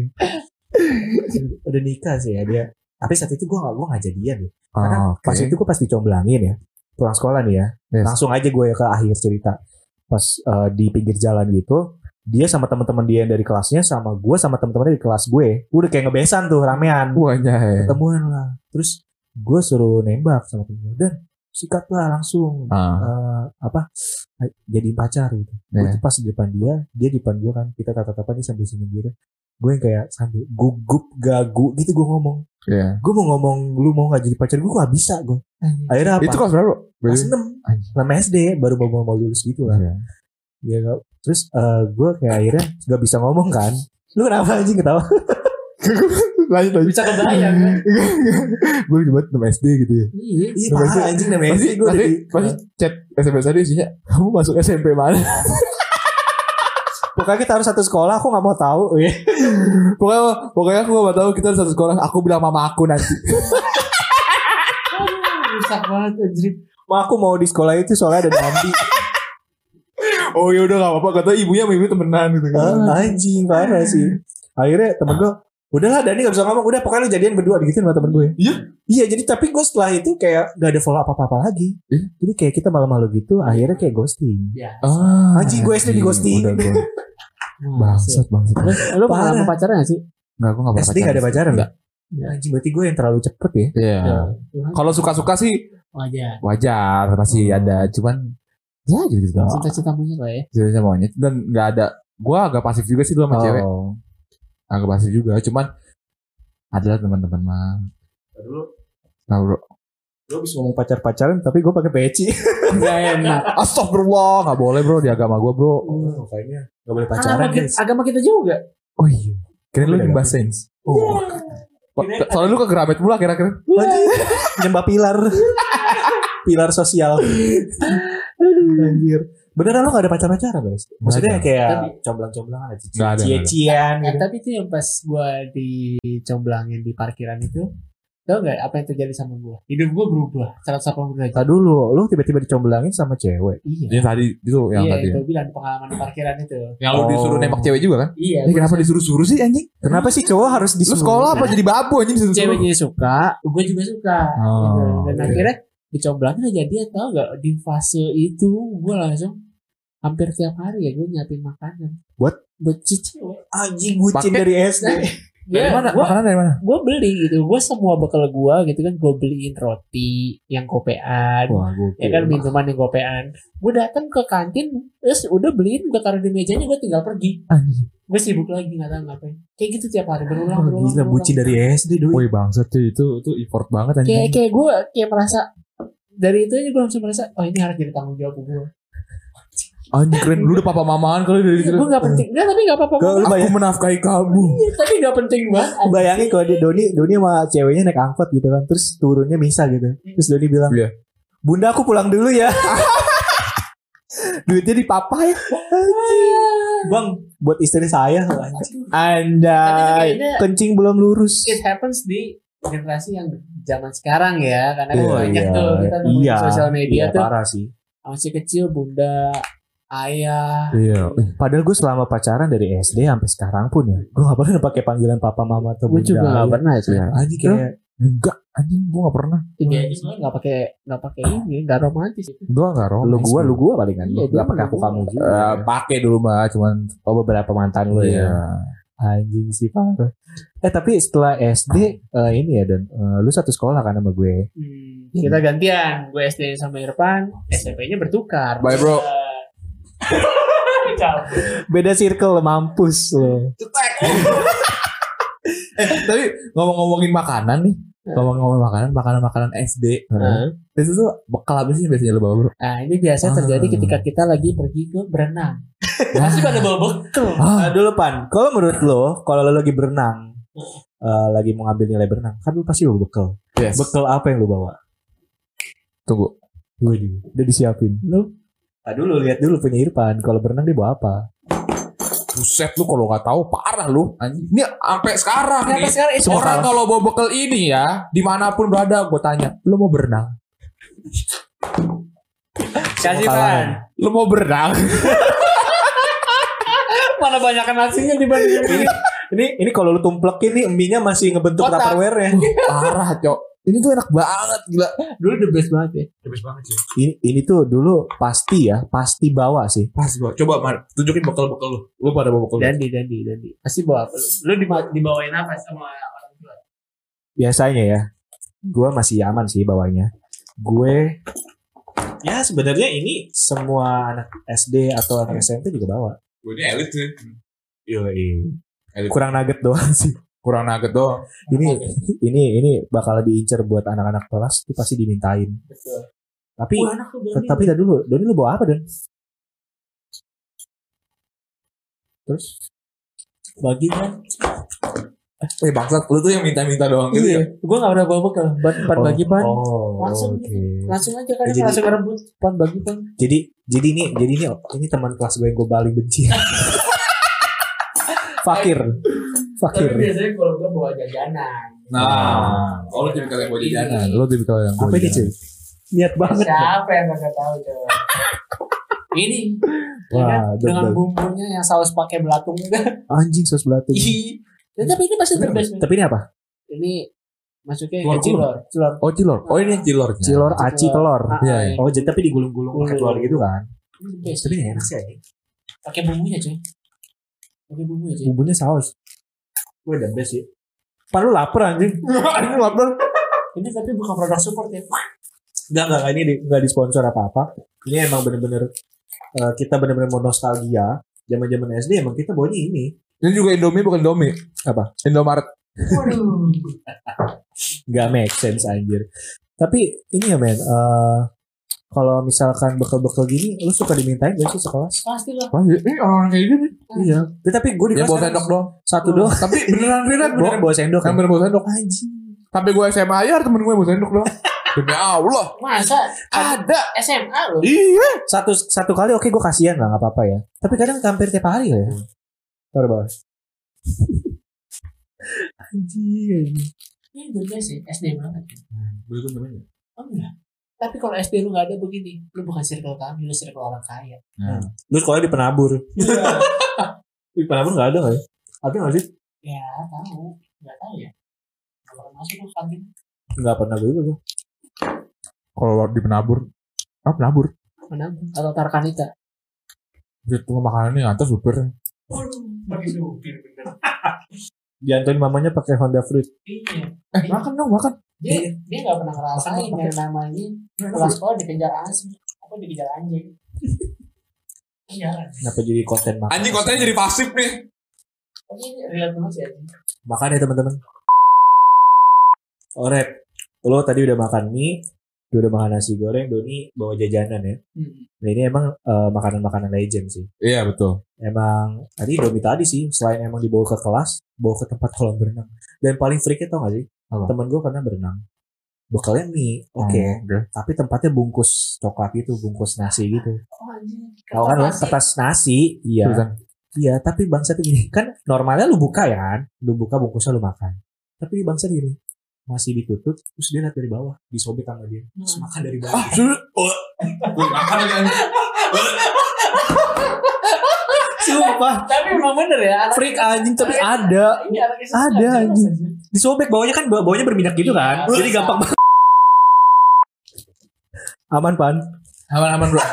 Udah nikah sih ya dia. Tapi saat itu gue nggak gue nggak jadian deh. Karena Oh, pas itu gue pasti comblangin ya. Pulang sekolah nih ya. Yes. Langsung aja gue ke akhir cerita. Pas eh, di pinggir jalan gitu, dia sama teman-teman dia yang dari kelasnya sama gue sama teman-teman dari kelas gue, udah kayak ngebesan tuh ramean. Wahnya ya. Ketemuan lah. Terus gue suruh nembak sama temen gue, dan sikat lah langsung. Ah. Eh, apa jadi pacar gitu. Gue Iya. tuh pas di depan dia, dia di depan gue kan, kita tatap-tatapan dia sambil senyum gitu. Gue yang kayak sambil gugup gagu gitu gue ngomong. Iya. Gue mau ngomong lu mau gak jadi pacar gue, gue gak bisa gue. Akhirnya apa? Itu kelas berapa bro? Kelas enam, Anjing. enam S D baru mau mau lulus gitu lah. Iya. Ya gak. Terus eh, gue kayak akhirnya gak bisa ngomong kan. Lu kenapa anjing ketawa? Lanjut lanjut. Bisa kebayang kan? Gue coba enam S D gitu ya. Iya. Iya parah anjing enam S D Pasti, gue pasti, dari pasti chat S M S tadi isinya, kamu masuk S M P mana? pokoknya kita harus satu sekolah, aku gak mau tahu ya. pokoknya, pokoknya aku gak mau tahu kita harus satu sekolah. Aku bilang mama aku nanti. Aduh, rusak banget anjir. Ma aku mau di sekolah itu soalnya ada Dandi. Oh ya udah gak apa-apa. Kata ibunya sama ibu temenan gitu kan. Ah, anjing parah sih. Akhirnya temen gue, udahlah Dani gak bisa ngomong, udah pokoknya lu jadian berdua gitu sama temen gue. Iya. Iya jadi tapi gue setelah itu kayak gak ada follow apa-apa lagi. Eh? Jadi kayak kita malu-malu gitu, akhirnya kayak ghosting. Ya. Ah, Anjing, gue S D di ghosting. Udah gue bangsat bangsat. Lu Parah. pernah pacaran gak sih? Enggak, gue gak pernah S D gak ada pacaran Enggak. gak? Anjing berarti gue yang terlalu cepet ya. Iya. Kalau suka-suka sih Wajar. wajar, masih ada. Cuman ya gitu-gitu. Cinta-cinta monyet lah ya. Cinta monyet. Dan gak ada. Gue agak pasif juga sih dulu sama cewek. Oh. Agak pasif juga. Cuman adalah teman-teman mah. Dulu Nah bro. gue bisa ngomong pacar-pacaran tapi gue pakai peci. Gak enak. Astagfirullah. Gak boleh bro di agama gue bro. Oh, kayaknya gak boleh Agama pacaran kita, guys. agama kita juga. Oh iya. Keren lu Beda nyembah agama. sains. Oh. Soalnya lu ke Gramet mula kira-kira. Anjing. Nyembah pilar. Pilar sosial. Anjir. Beneran lo gak ada pacar-pacaran guys? Maksudnya ada. kayak Tapi- comblang-comblangan aja. Nggak ada, nggak ada. Cie-cian Nah, gitu. tapi itu yang pas gue dicomblangin di parkiran itu, tau gak apa yang terjadi sama gue? Hidup gue berubah seratus delapan puluh derajat. Tadi dulu, lo tiba-tiba dicomblangin sama cewek. Iya. Yang tadi itu yang Iya, tadi. itu bilang pengalaman di parkiran itu. Yang lu Oh. disuruh nembak cewek juga kan? Iya. Ini kenapa disuruh-suruh sih anjing? Kenapa sih cowok harus Lu disuruh? sekolah apa jadi babu anjing disuruh? Ceweknya suka, gue juga suka. Oh, gitu. Dan oke. akhirnya dicomblangin aja dia, tau gak? Di fase itu gue langsung hampir tiap hari ya gue nyiapin makanan. Buat? Buat si cewek. Anjing bucin Pakai- dari S D. Dari mana? Gue Makanan dari mana? gue beli gitu. Gue semua bekal gue gitu kan, gue beliin roti yang gopean. Wah, gue Ya kan minuman yang gopean. Gue datang ke kantin, terus udah beliin, gue taruh di mejanya, gue tinggal pergi. Anjing. Gue sibuk lagi nggak tahu ngapain. Kayak gitu tiap hari berulang. Oh, berulang, gila berulang. bucin dari S D doi. Woi bangsat cuy itu itu effort banget Kayak anjing. kayak gue kayak merasa dari itu aja gue langsung merasa, oh ini harus jadi tanggung jawab gue. Anjing keren lu udah papa mamaan kali dari gitu. Gue nggak penting, nggak tapi nggak apa-apa. Ke- lu Aku bayang- menafkahi kamu. Tapi nggak penting banget. Bayangin kalau dia Doni Doni sama ceweknya naik angkot gitu kan, terus turunnya misah gitu. Terus Doni bilang, Iya. "Bunda aku pulang dulu ya." Duitnya di papa ya. Bang, buat istri saya. Anjing. Tapi Anjay, kayaknya- kencing belum lurus. It happens di generasi yang zaman sekarang ya, karena kan Oh, banyak iya. tuh kita nemuin Iya, di sosial media iya, tuh parah sih. masih kecil bunda, ayah. Iya. Padahal gue selama pacaran dari S D sampai sekarang pun ya, gue gak pernah pakai panggilan papa mama atau Gue bunda. juga nggak ayah. pernah itu. Iya. Anjing kayak Enggak anjing gua gak pernah. Tiga aja soalnya nggak pakai nggak pakai ini, nggak romantis itu. Gua gak romantis. lu gua, lu gua palingan. Iya, Lu dia gak pakai aku lu kamu gua. juga. Eh, pakai dulu mah cuman Oh beberapa mantan lu iya. ya. Anjing sih parah. Eh tapi setelah S D eh, ini ya dan eh, lu satu sekolah kan sama gue. Hmm, kita gantian, gue S D sama Irfan, S M P-nya bertukar. Bye, bro. Beda circle mampus lo. Eh tapi ngomong-ngomongin makanan nih. Ngomong-ngomongin makanan, makanan-makanan S D. Nah, Itu tuh bekal apa sih biasanya lu bawa bro? nah, ini biasa terjadi Ah. ketika kita lagi pergi ke berenang. Pasti pada bawa bekal. Ah, dulu Pan, kalau menurut lo, kalau lo lagi berenang, eh, lagi mau ngambil nilai berenang, kan lu pasti bawa bekal. Yes. Bekal apa yang lu bawa? Tunggu. Gue juga. Udah disiapin. Lu? Ah, dulu lihat dulu punya Irfan. Kalau berenang dia bawa apa? Buset lu kalau gak tahu parah lu. Anjing. Ini sampai sekarang Sampai nih. sekarang itu Orang kalau bawa bekal ini ya, dimanapun berada, gue tanya, lu mau berenang? kasih Semua kalangan. Pan. Lu mau berenang? Mana banyak nasinya dibanding ini. Ini ini kalau lu tumplekin nih mie-nya masih ngebentuk Kotak. tupperware ya. Parah, Cok. Ini tuh enak banget, gila. Dulu the best banget ya. Habis banget sih. Ini ini tuh dulu pasti ya, pasti bawa sih. Pas gua. Coba Mar, tunjukin bekal-bekal lu. Lu pada bawa bekal. Dandi, Dandi, Dandi. Pasti bawa apa? Lu diba- dibawain apa sama orang tua? Biasanya ya, gue masih aman sih bawanya. Gue ya sebenarnya ini semua anak S D atau anak S M P juga bawa. Gue ini elit sih. Yoi. Elit. Kurang nugget doang sih. Kurang nugget doang. Ini ini ini bakal diincer buat anak-anak kelas itu pasti dimintain. Betul. Tapi Wah, anak lu Doni. tapi tadi dulu, Doni lu bawa apa Don? Terus Bagi kan? Eh bangsat, lu tuh yang minta-minta doang gitu ya. Gue gak pernah bawa bekal. Ban, pan bagi pan. Oh, Langsung. oke. Langsung aja kan Jadi- langsung ngerebut pan bagi pan. Jadi jadi ini jadi ini ini teman kelas gue yang gue paling benci. Fakir. Fakir. Tapi biasanya kalau gue bawa jajanan. Nah, oh, lu tipikal yang bawa jajanan. Lu tipikal yang bawa Apa ini cuy? Niat banget. Siapa yang gak tahu tuh? Ini ya Wah, kan? the Dengan best. bumbunya yang saus pakai belatung juga. Anjing saus belatung. Ih, tapi ini pasti the best. Tapi ini apa? Ini masuknya Telur kayak cilor, cilor. Oh cilor. Oh ini cilornya. Cilor aci telur. Ah, Iya, ah, iya. iya. Oh jadi tapi digulung-gulung pakai telur gitu kan. Ini the best. Tapi ini enak sih anjing. Pakai bumbunya cuy. Pakai bumbunya cuy. Bumbunya saus. Gue the best sih. Pan lu lapar anjing. Ini lapar. Ini tapi bukan produk support ya. Enggak enggak ini di- enggak disponsor apa-apa. Ini emang bener-bener eh, kita bener-bener mau nostalgia. Zaman-zaman S D emang kita baunya ini. Ini juga Indomie bukan Indomie. Apa? Indomaret. Waduh. Nggak make sense anjir. Tapi ini ya men, eh, kalau misalkan bekal-bekal gini, lu suka dimintain gak sih sekelas? Pastilah. Wah, ini orang kayak gini. Iya. Tapi gue di Ya kelas bawa kan sendok doang. satu doang. Tapi beneran beneran Beneran bawa sendok Kan kan? bener bawa sendok. Anjing. Sampai gue S M A aja temen gue bawa sendok doang. Demi Allah. Masa Ada. S M A loh. Iya. Satu satu kali oke gue kasihan lah nggak apa-apa ya. Tapi kadang hampir tiap hari ya. Taruh bawah. Anjing. Ini the best sih. S D banget. Berikut namanya. Oh enggak. Tapi kalau S D lu gak ada begini, lu bukan circle kami, lu circle orang kaya. Nah. Lu sekolah di penabur. Di penabur nggak ada nggak ya? Ada nggak sih? Ya tahu, nggak tahu ya. Kalau masuk lu kantin, Nggak pernah gue juga. Kalau di penabur. Ah penabur. mana? Atau Tarkanita. Itu makanannya ngantar supir. Waduh, pakai supir bener. Diantarin mamanya pakai Honda Fruit. Iya. Eh makan dong makan. Dia dia nggak pernah ngerasain Makan, yang namanya pulang sekolah dikejar asli, apa dikejar anjing. Iya. Kenapa jadi konten makan? Anjing kontennya jadi pasif nih. Tapi ini relate banget sih anjing. Makan ya teman-teman. Orek, lo tadi udah makan mie, dia udah makan nasi goreng, Doni bawa jajanan ya. Hmm. Nah ini emang eh, makanan-makanan legend sih. Iya betul. Emang tadi Domi tadi sih, selain emang dibawa ke kelas, bawa ke tempat kolam berenang. Dan paling freaknya tau gak sih? Apa? Temen gue pernah berenang. Bekalnya mie, oke. Oke. Tapi tempatnya bungkus coklat gitu, bungkus nasi gitu. Oh anjing. Tahu kan lo Kertas kertas nasi, iya. Tulisan. Iya, tapi bangsa tuh gini, kan normalnya lu buka ya kan, lu buka bungkusnya lu makan. Tapi bangsa gini, masih ditutup, terus dia lihat dari bawah, disobek sama dia, terus makan dari bawah. Ah sudah. Oh. Gue makan lagi anjing. Sumpah, Tapi memang bener ya. anak- freak anjing tapi ada, Ini anaknya susah, Ada, jelas, anjing. anjing. disobek bawahnya kan bawahnya berminyak gitu kan, Iya, jadi bisa. gampang banget. Aman pan, Aman-aman bro.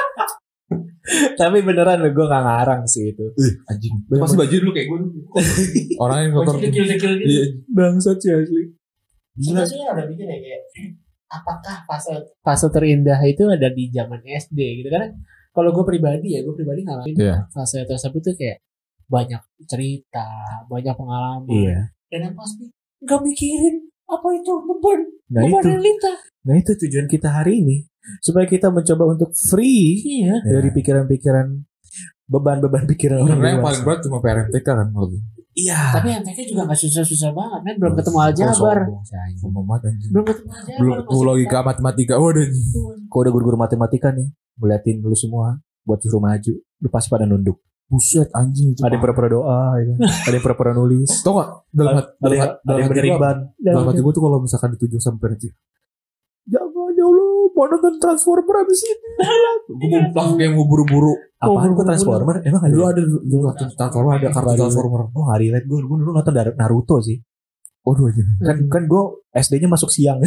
tapi beneran gue gak ngarang sih itu. Anjing. Pasti baju dulu kayak gue. Orangnya kotor. Baju dekil-dekil gitu. Iya. Bangsat sih asli. Gila sih ada bikin ya kayak apakah fase fase terindah itu ada di zaman S D gitu kan? Kalau gue pribadi ya, gue pribadi ngalamin Iya. fase tersebut tuh kayak banyak cerita, banyak pengalaman. Iya. Dan yang pasti nggak mikirin apa itu beban, Nah beban itu, realita. nah itu tujuan kita hari ini supaya kita mencoba untuk free Iya. dari pikiran-pikiran beban-beban pikiran orang Karena yang dewasa. paling berat cuma P R M T K kan kalau Iya. Tapi M T K juga nggak susah-susah banget, men. Belum ketemu aljabar. sama mat anjing. Belum ketemu aljabar. Belum masih logika matematika. Waduh anjing. Kau udah guru-guru matematika nih, ngeliatin lu semua buat suruh maju, lu pasti pada nunduk. Buset anjing itu. Ada yang pura-pura doa, ya kan? Ada yang pura-pura nulis. Tau gak? Dalam Ada hati dalam yang hati- ada dalam yang hati mencari gua- ban. dalam hati gue tuh kalau misalkan dituju sama P R M T K. Jangan ya Allah, mau nonton Transformer abis ini. Gue mau pulang kayak mau buru-buru. Apaan buru-buru. kok Transformer? Emang ada? Dulu ada dulu kartu Transformer ada kartu Baru- Transformer. Oh nggak relate gue, gue dulu nonton Dar- Naruto sih. Waduh anjing. Kan kan gue S D-nya masuk siang.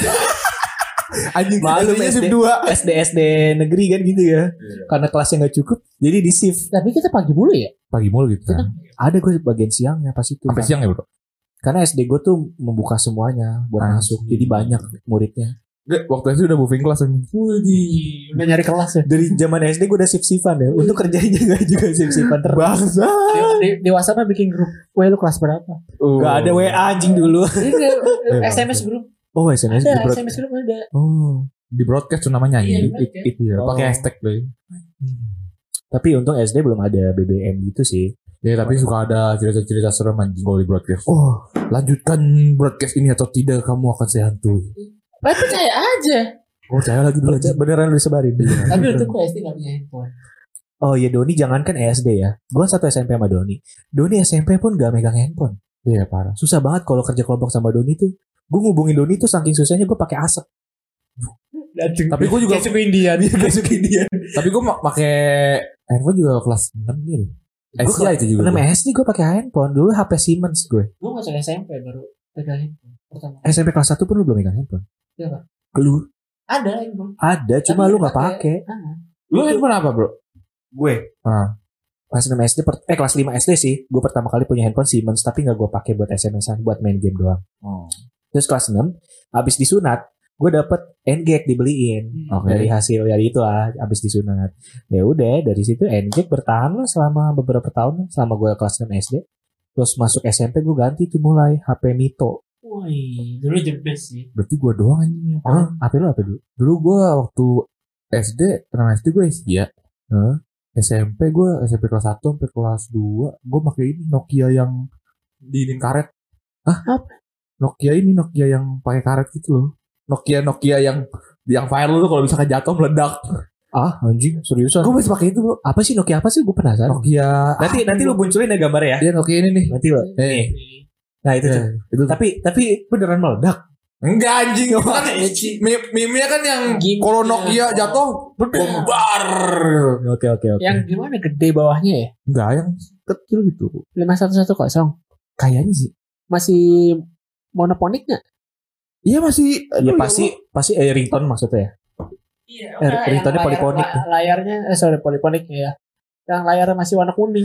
Anjing Maklum S D-nya S D. shift dua. S D S D negeri kan gitu ya. Karena kelasnya nggak cukup, jadi di shift. Tapi kita pagi mulu ya. Pagi mall gitu kan. Ada gue bagian siangnya pas itu. Sampai siang ya bro. Karena S D gue tuh membuka semuanya buat Anjing. masuk, jadi banyak muridnya. Enggak, waktu itu udah moving class anjing. Wih, udah nyari kelas ya. Dari zaman S D gue udah shift-shiftan ya. Untuk kerjanya gak juga shift-shiftan terus. Bangsa. Di, di, di WhatsApp bikin grup. Wah lu kelas berapa? Gak ada W A anjing dulu. Ini S M S grup. Oh S M S Ada di broad- S M S grup ada. Oh. Di broadcast tuh namanya Iya, anjing. broadcast. It- it- Iya, Oh. pakai hashtag deh. Tapi untung S D belum ada B B M gitu sih. Ya tapi suka ada cerita-cerita serem anjing kalau di broadcast. Oh, Lanjutkan broadcast ini atau tidak kamu akan saya hantui. Tapi percaya aja. Oh saya lagi dulu aja. beneran lu sebarin. Tapi waktu gue S D gak punya handphone. Oh iya Doni jangankan S D ya. Gue satu S M P sama Doni. Doni S M P pun gak megang handphone. Iya parah. Susah banget kalau kerja kelompok sama Doni tuh. Gue ngubungin Doni tuh saking susahnya gue pakai asap. Tapi gue juga kayak suku Indian. Kayak suka Indian. tapi gue pakai handphone juga kelas enam gitu. Gue S I A itu juga. enam S D gue pakai handphone. Dulu H P Siemens gue. Gue masuk S M P baru pegang handphone pertama. S M P kelas satu pun lu belum megang handphone. Siapa? Lu Ada handphone. ada, cuma Tapi lu nggak pakai. pakai. Ah. Lu handphone apa bro? Gue Ah. kelas enam S D per- eh kelas lima S D sih. Gue pertama kali punya handphone Siemens tapi nggak gue pakai buat S M S-an, buat main game doang. Oh. Terus kelas enam habis disunat, gue dapet N-Gag dibeliin. Hmm. Oke. Dari hasil ya itu lah habis disunat. Ya udah dari situ N-Gag bertahan lah selama beberapa tahun, selama gue kelas enam S D. Terus masuk S M P gue ganti tuh mulai H P Mito. Wih, dulu jebes sih. Berarti gue doang anjing yang Ah, H P lu apa dulu? Dulu gue waktu S D, enam S D gue ya. Hah? S M P gue, S M P kelas satu sampai kelas dua, gue pakai ini Nokia yang diinin karet. Hah? Apa? Nokia ini Nokia yang pakai karet gitu loh. Nokia Nokia yang yang file lu tuh kalau misalkan jatuh meledak. Ah anjing seriusan. Gue masih pakai itu bro. Apa sih Nokia apa sih? Gue penasaran. Nokia. Nanti nanti lu munculin ya gambarnya ya. Iya Nokia ini nih. Nanti lo. Eh, Nah itu tuh. eh, itu Tapi tapi beneran meledak. enggak anjing. Kan meme- meme-nya kan yang Gimana? kalau Nokia jatuh bombar. Oke oke oke. Yang gimana gede bawahnya ya? Enggak yang kecil gitu. lima satu satu kosong. Kayaknya sih. Masih monoponik nggak? Iya masih. Ya aduh, pasti pasti eh, ringtone maksudnya ya. Iya. Eh, ringtone-nya poliponik. layarnya, eh sorry poliponik ya. Yang layarnya masih warna kuning.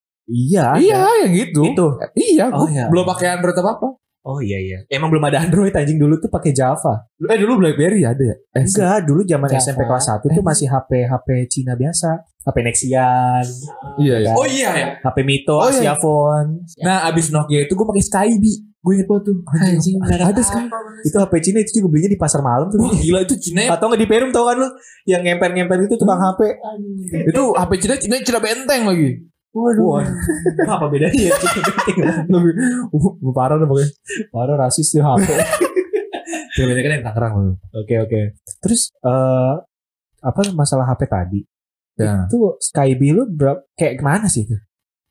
Iya. Iya yang gitu. Itu. Iya, Oh, gue iya. belum pakai Android apa apa. Oh iya iya. Emang belum ada Android anjing dulu tuh pakai Java. Eh dulu BlackBerry ada ya? Eh, Enggak, dulu zaman Java. S M P kelas satu tuh masih H P H P Cina biasa. H P Nexian, Iya ya. Oh, iya ya. H P Mito, Oh, iya. Asia Phone. Nah abis Nokia itu gue pakai Skype. Gue inget banget tuh. Anjing, merek ada apa? Skype. Itu H P Cina itu juga belinya di pasar malam tuh. Wah gila itu Cina ya. Atau nggak di Perum tau kan lu? Yang ngemper-ngemper itu tukang H P. Aduh. Itu H P Cina Cina Cina benteng lagi. Waduh. Apa bedanya ya? Lebih uh, parah deh pokoknya. Parah rasis tuh H P. Kebanyakan yang Tangerang loh. Oke oke. Terus eh apa masalah H P tadi? Ya. Itu Skype lu berapa? Kayak gimana sih itu?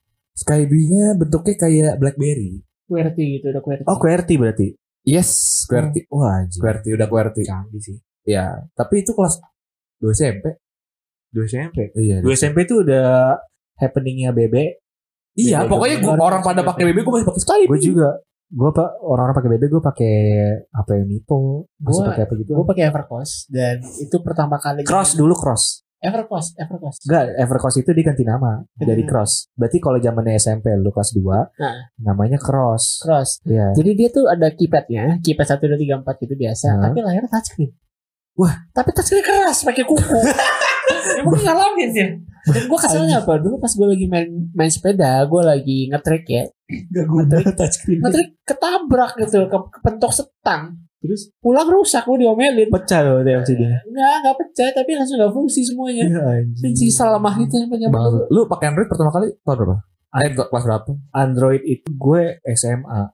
Skype-nya bentuknya kayak BlackBerry. QWERTY gitu, udah QWERTY. Oh QWERTY berarti. Yes, QWERTY. Wah anjing. QWERTY udah QWERTY. Canggih sih. Ya, tapi itu kelas dua S M P. dua S M P. Iya. dua S M P itu udah happeningnya B B. Iya, Beda pokoknya dengan gua, orang pada pakai B B gue masih pakai Skype. Gue juga. Gue pak orang-orang pakai B B, gue pakai H P Mito. Masih Gua- pakai apa gitu? Gue pakai Evercost dan itu pertama kali. Cross dulu Cross. Evercost, Evercost. Enggak, Evercost itu diganti nama dari Cross. Berarti kalau zamannya S M P lu kelas dua, Nah. namanya Cross. Cross. Iya. Jadi dia tuh ada keypadnya, keypad satu dua tiga empat gitu biasa, Hah? tapi layarnya touchscreen. Wah. Tapi touchscreen keras, pakai kuku. Emang ngalamin sih. Dan gue keselnya apa? Dulu pas gue lagi main main sepeda, gue lagi nge-track ya, Gak guna touchscreen. nge-track ketabrak gitu, ke kepentok setang. Terus pulang rusak, gue diomelin. Pecah loh L C D-nya. Enggak, enggak pecah, tapi langsung enggak fungsi semuanya. Iya anjing. Ini sisa lemah itu yang punya Bang, lu pakai Android pertama kali tahun berapa? Eh, kelas berapa? Android itu gue S M A.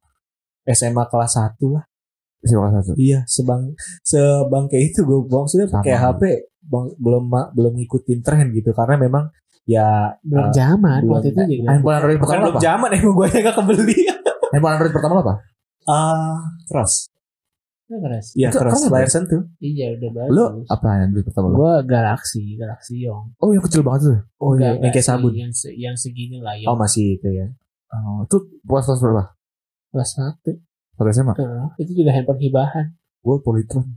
S M A kelas satu lah. Sih kelas satu. Iya, sebang sebang kayak itu gue bang sudah pakai Sama. H P bang, belum ma- belum ngikutin tren gitu karena memang ya belum uh, zaman belum- waktu itu juga. Handphone Android bukan pertama belum apa? zaman emang gue yang gak kebeli. Handphone Android pertama lo apa? Ah, Cross. Itu keras. Iya, Itu Cross keren, layar sentuh. Iya udah bagus. Lo apa Android pertama lo? Gua Galaxy, Galaxy Young. Oh yang kecil banget tuh. Oh iya, yang kayak Galaxy sabun. Yang, se- yang segini lah Oh Young. masih itu ya. Oh, itu kelas kelas berapa? Kelas satu. Satu S M A. Heeh, itu juga handphone hibahan. Gue Polytron.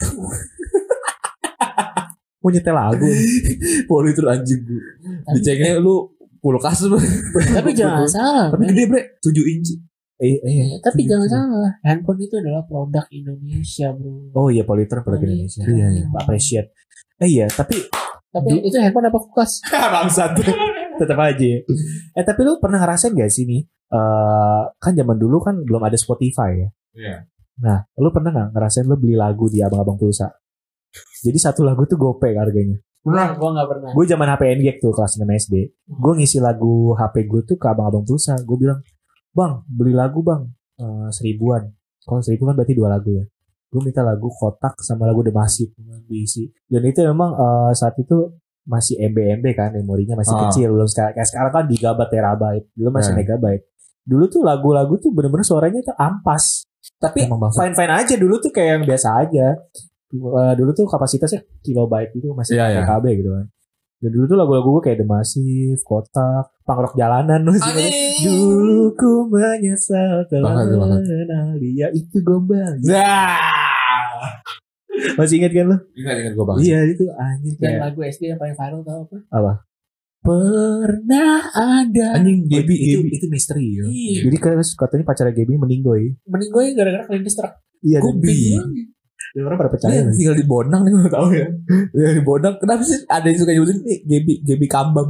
Mau nyetel lagu. Polytron anjing gue. Dicengnya lu kulkas lu. Tapi jangan salah. Tapi men. gede bre, tujuh inci. Eh, eh, Tapi tujuh jangan inci. salah. Handphone itu adalah produk Indonesia, bro. Oh iya, Polytron produk Indonesia. Iya, iya. Appreciate. Eh iya, tapi Tapi Du- itu handphone apa kulkas? bangsat. Tetap aja. Eh tapi lu pernah ngerasain gak sih nih? Eh kan zaman dulu kan belum ada Spotify ya. Iya. Nah, lu pernah nggak ngerasain lu beli lagu di abang-abang pulsa? Jadi satu lagu tuh gopek harganya. Pernah. Gua nggak pernah. Gue zaman H P N G tuh kelas enam S D. Gue ngisi lagu H P gue tuh ke abang-abang pulsa. Gue bilang, bang beli lagu bang Eh, seribuan. Kalau seribu kan berarti dua lagu ya. Gue minta lagu Kotak sama lagu The Massive diisi. Dan itu memang eh, saat itu masih M B M B kan, memorinya masih Ah. kecil. Belum sekarang, kayak sekarang kan gigabyte terabyte. Dulu masih Ya. megabyte. Dulu tuh lagu-lagu tuh bener-bener suaranya tuh ampas. Tapi Emang bangsa. fine-fine aja dulu tuh kayak yang biasa aja. Uh, dulu tuh kapasitasnya kilobyte itu masih Iya, iya. K B gitu kan. Dan dulu tuh lagu-lagu gue kayak The Massive, Kotak, punk rock jalanan masih ingat. Anjing. Dulu ku menyesal telah Banget, banget. mengenal dia itu gombal. Nah. Masih ingat kan lo? Ingat-ingat gue banget. Iya itu anjir Dan kayak lagu S D yang paling viral tau apa? apa? Pernah ada. Anjing Gaby, itu Gaby. itu misteri ya. Iya. Jadi katanya pacarnya Gaby meninggoy. Mending gue gara-gara kelindes truk. Iya, Gue dan bingung. dan orang pada Dia percaya. yang tinggal di Bonang nih, gue tau ya. Dia di Bonang. Kenapa sih ada yang suka nyebutin nih Gaby, Gaby Kambam?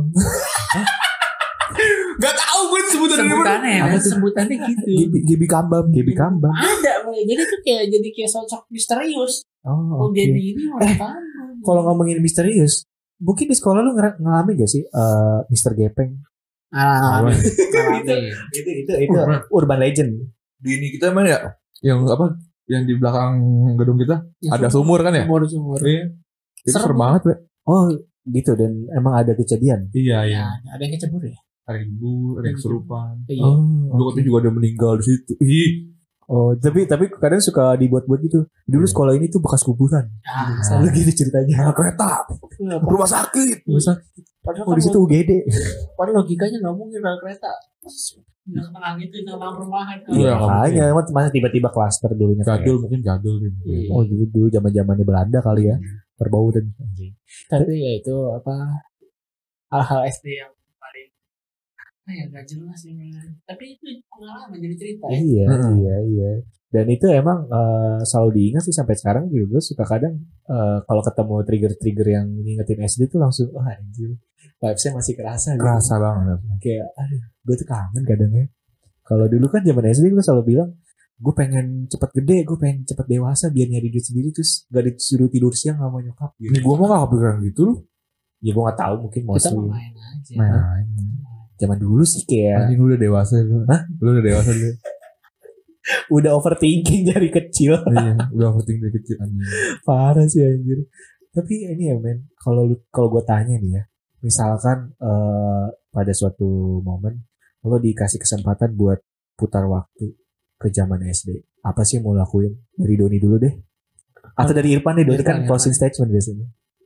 Gak tau gue sebutan dari mana. Sebutannya ya, Apa tuh? sebutannya gitu. Gaby, Gaby Kambam. Gaby Kambang. Ada, Bang. Jadi tuh kayak jadi kayak sosok misterius. Oh, Oh, oke. jadi ini orang Kambang. Kalau ngomongin misterius, mungkin di sekolah lu ngera- ngalamin gak sih eh mister Gepeng? Alami. itu itu itu itu urban legend. Di ini kita mana ya? Yang apa? Yang di belakang gedung kita ada sumur kan ya? Sumur, sumur. Iya. Itu Serem. serem banget, Bre. Oh, gitu dan emang ada kejadian. Iya, Ya, ada yang kecebur ya? Ada yang ibu, ada yang kesurupan. Iya. Oh, Dulu katanya juga ada yang meninggal di situ. Ih. oh, tapi tapi kadang suka dibuat-buat gitu. Dulu Iya. sekolah ini tuh bekas kuburan. Ah, Selalu gitu ceritanya. Kereta, iya, rumah sakit. Masa Padahal oh di situ U G D. Padahal logikanya nggak mungkin rel kereta. Yang tengah gitu, yang tengah perumahan. Iya, Iya, nggak makanya emang masa tiba-tiba klaster dulunya. Jadul mungkin jadul gitu. Iya. Oh, dulu dulu zaman-zamannya Belanda kali ya. Berbau dan anjing. Tapi ya itu apa hal-hal S D yang paling apa ya nggak jelas ya. Tapi itu pengalaman jadi cerita ya. Iya, Hmm. iya, iya. Dan itu emang eh, selalu diingat sih sampai sekarang juga gue suka kadang eh, kalau ketemu trigger-trigger yang ngingetin S D tuh langsung wah anjir. Vibes-nya masih kerasa gitu. Kerasa banget. Kayak aduh, gue tuh kangen kadang ya. Kalau dulu kan zaman S D gue selalu bilang gue pengen cepet gede, gue pengen cepet dewasa biar nyari duit sendiri terus gak disuruh tidur siang sama nyokap gitu. Ini gue mah gak kepikiran gitu loh. Ya gue gak tahu mungkin Kita mostly. mau main aja. Nah, zaman dulu sih kayak Anjing lu udah dewasa lu. Hah? Lu udah dewasa lu. udah overthinking dari kecil. Iya, udah overthinking dari kecil anjing. Parah sih anjir. Tapi ini ya men, kalau lu kalau gue tanya nih ya, misalkan eh, pada suatu momen lo dikasih kesempatan buat putar waktu ke zaman S D, apa sih yang mau lakuin? Dari Doni dulu deh. Atau dari Irfan deh, Doni kan Irfan, closing Irfan. statement biasanya.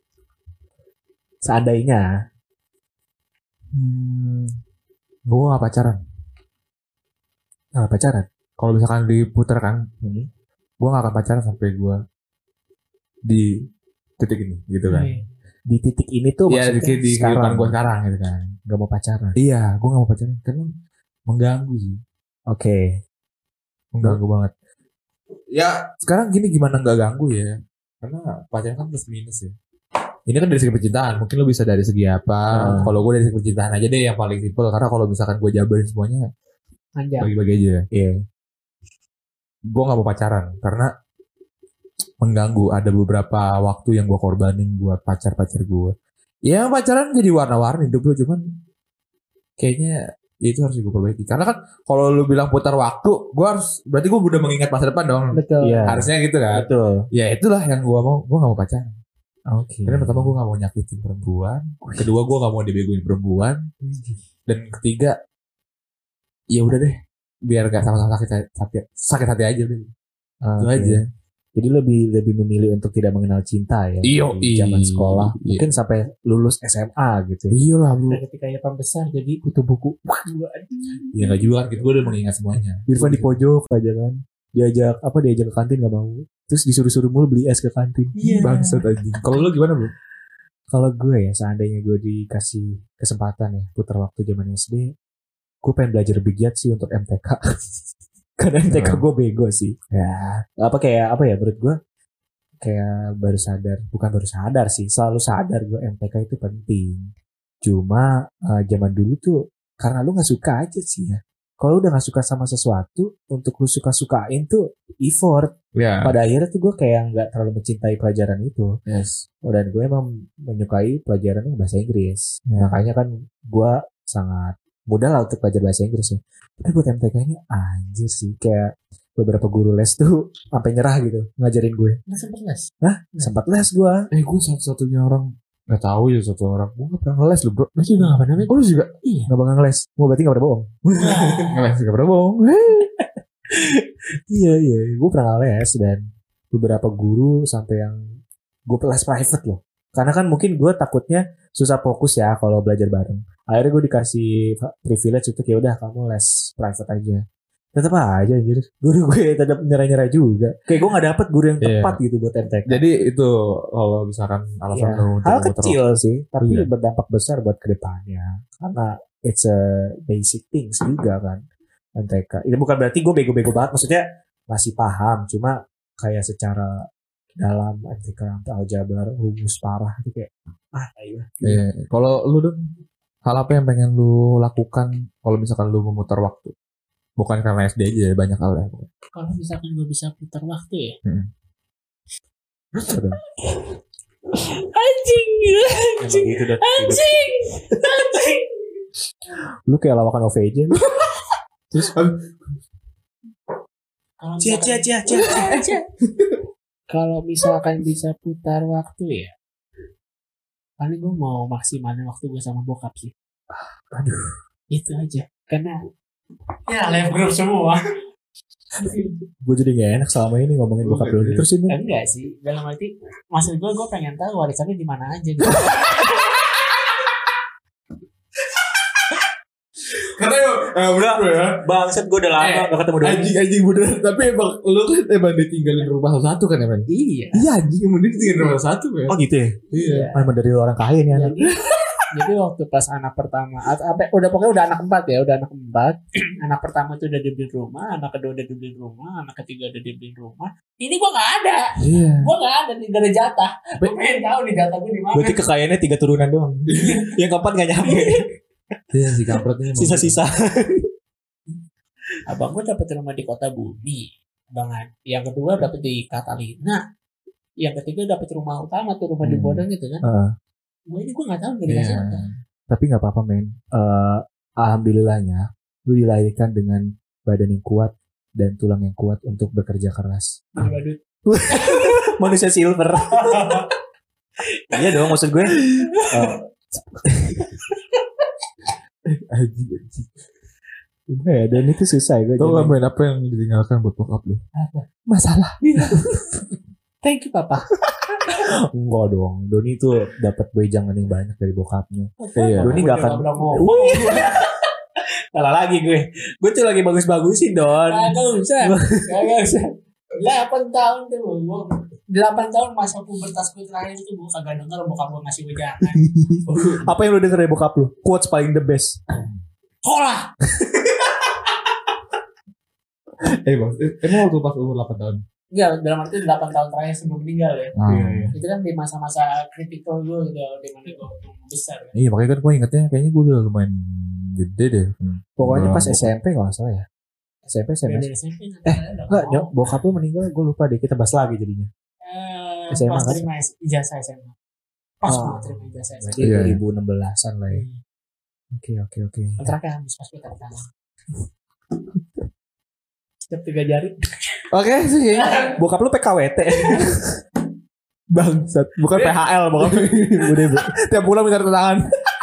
Seandainya, Hmm, gue gak pacaran. nah, pacaran. Kalau misalkan diputar kan, Hmm. gue gak akan pacaran sampai gue di titik ini gitu kan. Iya. Di titik ini tuh Iya, di, maksudnya di kehidupan sekarang gue sekarang gitu kan. gak mau pacaran. Iya, gue gak mau pacaran karena mengganggu sih. Oke. Mengganggu banget. Ya, sekarang gini gimana gak ganggu ya? Karena pacaran kan plus minus ya. Ini kan dari segi percintaan, mungkin lo bisa dari segi apa? Hmm. Kalau gue dari segi percintaan aja deh yang paling simpel. Karena kalau misalkan gue jabarin semuanya, Panjang. bagi-bagi aja ya. Iya. Gue gak mau pacaran karena mengganggu. Ada beberapa waktu yang gue korbanin buat pacar-pacar gue. Ya pacaran jadi warna-warni hidup lo, cuman kayaknya itu harus gue perbaiki. Karena kan kalau lu bilang putar waktu, gue harus berarti gue udah mengingat masa depan dong. Betul. Iya. Harusnya gitu kan. Betul. Ya itulah yang gue mau. Gue gak mau pacaran. Oke. Karena pertama gue gak mau nyakitin perempuan. Kedua gue gak mau dibegoin perempuan. Dan ketiga, ya udah deh, biar gak sama-sama sakit sakit sakit hati aja deh. Itu Oke. aja. Jadi lebih lebih memilih untuk tidak mengenal cinta ya. Iyo, Di zaman iya. sekolah. Iya. Mungkin sampai lulus S M A gitu. Iya lah bro. Dan ketika Irfan besar jadi kutu buku. Waduh. Ya gak juga kan, gue udah mengingat semuanya. Irfan di pojok aja kan. Diajak apa diajak ke kantin gak mau. Terus disuruh-suruh mulu beli es ke kantin. Iya. Bangsat anjing. Kalau lu gimana bro? Kalau gue ya seandainya gue dikasih kesempatan ya putar waktu zaman S D, gue pengen belajar lebih giat sih untuk M T K. Karena M T K Hmm. gue bego sih. Ya, apa kayak apa ya menurut gue kayak baru sadar, bukan baru sadar sih, selalu sadar gue M T K itu penting. Cuma eh, zaman dulu tuh karena lu nggak suka aja sih ya. Kalau udah nggak suka sama sesuatu, untuk lu suka-sukain tuh effort. Ya. Pada akhirnya tuh gue kayak nggak terlalu mencintai pelajaran itu. Yes. Oh, dan gue emang menyukai pelajaran yang bahasa Inggris. Ya. Makanya kan gue sangat mudah lah untuk belajar bahasa Inggris ya. Tapi buat M T K ini anjir sih. Kayak beberapa guru les tuh sampai nyerah gitu ngajarin gue. Nggak sempet les. Sempat les gue. Eh gue satu-satunya orang gak tahu ya satu orang. Gue gak pernah ngeles loh bro. Lu juga nggak pernah. Oh lu juga? Iya. Gak bakal ngeles. Gue berarti gak pernah bohong. Ngeles gak pernah bohong. Iya, iya. Gue pernah les dan beberapa guru sampai yang gue les private loh. Karena kan mungkin gue takutnya susah fokus ya kalau belajar bareng. Akhirnya gue dikasih privilege untuk ya udah kamu les private aja. Tetap aja anjir. Guru gue tetap nyerah-nyerah juga. Kayak gue gak dapet guru yang tepat Iya. gitu buat M T K. Jadi itu kalau misalkan alasan Ya, lu untuk hal memutar kecil sih, tapi Iya. berdampak besar buat kedepannya. Karena it's a basic things juga kan M T K. Itu bukan berarti gue bego-bego banget. Maksudnya masih paham, cuma kayak secara dalam M T K sampai aljabar rumus parah itu kayak ah ayo. Iya. Kalau lu dong, hal apa yang pengen lu lakukan kalau misalkan lu memutar waktu? Bukan karena S D aja, banyak hal ya. Kalau misalkan gue bisa putar waktu ya. Hmm. Anjing, Emang gitu dah. anjing, anjing. Lu kayak lawakan O V J. Terus Kalau Cia cia cia cia. cia. Kalau misalkan bisa putar waktu ya, paling gue mau maksimalin waktu gue sama bokap sih. Aduh. Itu aja. Karena ya live group semua. Gue jadi gak enak selama ini ngomongin bokap lu. Terus ini Enggak sih, dalam arti maksud gue gue pengen tahu warisannya di mana aja gitu. katanya eh, udah ya. bangsat gue udah lama Eh, gak ketemu Doni. Anjing anjing bener. Tapi emang lu kan emang ditinggalin rumah satu kan emang. Iya. Iya anjing emang dia ditinggalin rumah satu kan. Oh gitu ya? Iya. Oh, emang dari orang kaya nih anak. Jadi, jadi waktu pas anak pertama, atau apa, udah pokoknya udah anak empat ya, udah anak empat. Anak pertama itu udah dibeliin rumah, anak kedua udah dibeliin rumah, anak ketiga udah dibeliin rumah. Ini gua nggak ada, Iya. gua nggak ada, nih, nggak ada jatah. Gua pengen tahu nih jatah gua di mana. Berarti kekayaannya tiga turunan doang. Yang keempat gak nyampe. Iya si kampretnya. emang Sisa-sisa. Abang gua dapet rumah di Kota Bumi, banget. Yang kedua dapet di Catalina. Yang ketiga dapet rumah utama tuh rumah di Hmm. Bodang gitu kan. Heeh. Gua ini gua nggak tahu nggak Iya. dikasih apa. Tapi gak apa-apa men. Eh, alhamdulillahnya lu dilahirkan dengan badan yang kuat dan tulang yang kuat untuk bekerja keras. Waduh. Manusia silver. Iya dong maksud gue. eh, Anjing anjing. Udah ya, dan itu susah gue. Tau gak jadi- main apa yang ditinggalkan buat bokap lu? Masalah. Thank you papa. Enggak dong. Doni tuh dapat wejangan yang banyak dari bokapnya. Iya. Doni gak akan. ngomong. Salah lagi gue. Gue tuh lagi bagus-bagusin Don. Kagak usah. Kagak usah. delapan tahun tuh gua. delapan tahun masa pubertas gue terakhir itu gue kagak denger bokap gue ngasih wejangan. Apa yang lu denger dari bokap lu? Quotes paling the best. Sekolah. Eh bang, emang waktu pas umur delapan tahun? Enggak, dalam arti delapan tahun terakhir sebelum meninggal ya. Ah. Iya. Itu kan di masa-masa kritikal gue gitu, di mana gue tumbuh besar kan. Iya makanya kan gue ingetnya kayaknya gue udah lumayan gede deh. Hmm. Pokoknya pas Bokap. S M P kalau nggak salah ya. S M P S M S. Dari S M P nanti Eh, ada Enggak, ngomong. nyok, bokap lu meninggal gue lupa deh. Kita bahas lagi jadinya. Eh, S M A pas kan? terima is- ijazah S M A. Pas Oh. gue terima ijazah S M A. Berarti Iya, iya. dua ribu enam belasan lah ya. Hmm. Oke oke oke. Kontraknya habis pas gue tanda tangan. Setiap tiga jari. Oke sih kayaknya. Bokap lu P K W T. Bangsat, bukan P H L bokap lu. Udah, Bu. Tiap bulan minta tanda tangan.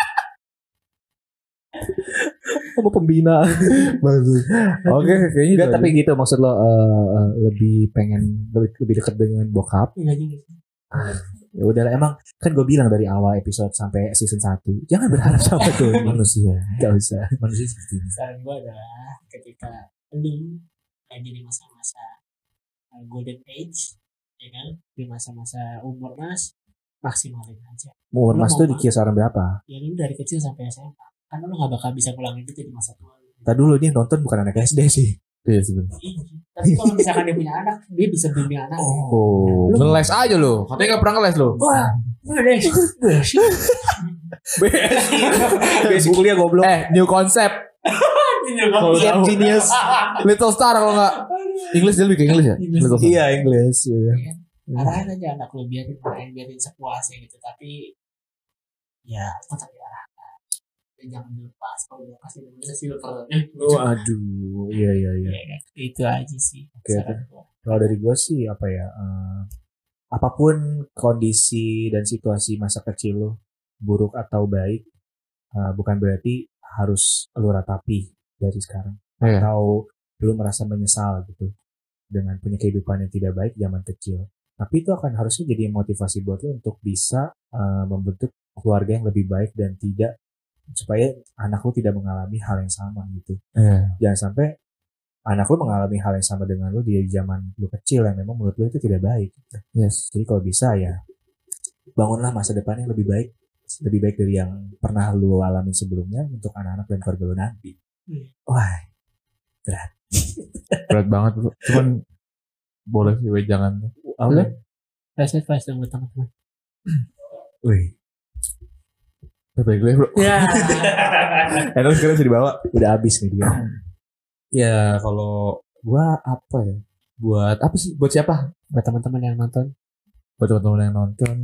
Kamu pembina. Bagus. Oke kayaknya Enggak, itu tapi aja. gitu maksud lo eh, eh, lebih pengen lebih, lebih dekat dengan bokap. Enggak juga sih. Ya udah lah, emang kan gue bilang dari awal episode sampai season satu jangan berharap sama tuh manusia. Gak usah. manusia seperti ini. Saran gue adalah ketika lu lagi di masa-masa uh, golden age, ya kan, di masa-masa umur mas, maksimalin aja. Umur Lu mas mau tuh di kisaran berapa? Ya lu dari kecil sampai S M A, karena lu gak bakal bisa ngulangin itu di masa tua lu. Tadi dulu dia nonton bukan anak S D sih. Iya sebenarnya. Iya. Tapi kalau misalkan dia punya anak, dia bisa bimbing anak. Oh. Ngeles aja lo. Katanya gak pernah ngeles lo. Wah, udah sih. Basic kuliah goblok. Eh new concept. Kalau Iya, tahu. genius. Little Star kalau nggak English dia lebih ke English ya. English. Little Star. Iya, English. Iya. Arahin aja anak lu, biarin main, biarin sepuasnya gitu. Tapi ya tetap diarahkan. Dan jangan dilepas. Kalau dilepas itu bisa silver. Waduh, iya iya iya. Ya kan? Itu aja sih. Oke, saran gua. Kalau dari gue sih apa ya? eh, apapun kondisi dan situasi masa kecil lo, buruk atau baik, eh, bukan berarti harus lu ratapi dari sekarang Iya. atau lu merasa menyesal gitu. dengan punya kehidupan yang tidak baik zaman kecil. Tapi itu akan harusnya jadi motivasi buat lo untuk bisa uh, membentuk keluarga yang lebih baik dan tidak, supaya anak lo tidak mengalami hal yang sama gitu. Iya. Jangan sampai anak lo mengalami hal yang sama dengan lo di zaman lo kecil yang memang menurut lo itu tidak baik gitu. Yes. Jadi kalau bisa ya bangunlah masa depan yang lebih baik, lebih baik dari yang pernah lo alami sebelumnya untuk anak-anak dan keluarga lo nanti. Hmm. Wah, Berat banget bro. Cuman boleh sih, weh, jangan. oke. Flash flash dong buat teman-teman. Wih, Baik dulu ya bro. Ya. Enak sekarang bisa dibawa. udah habis nih dia. Ya kalau gua apa ya? Buat apa sih? Buat siapa? Buat teman-teman yang nonton. Buat teman-teman yang nonton.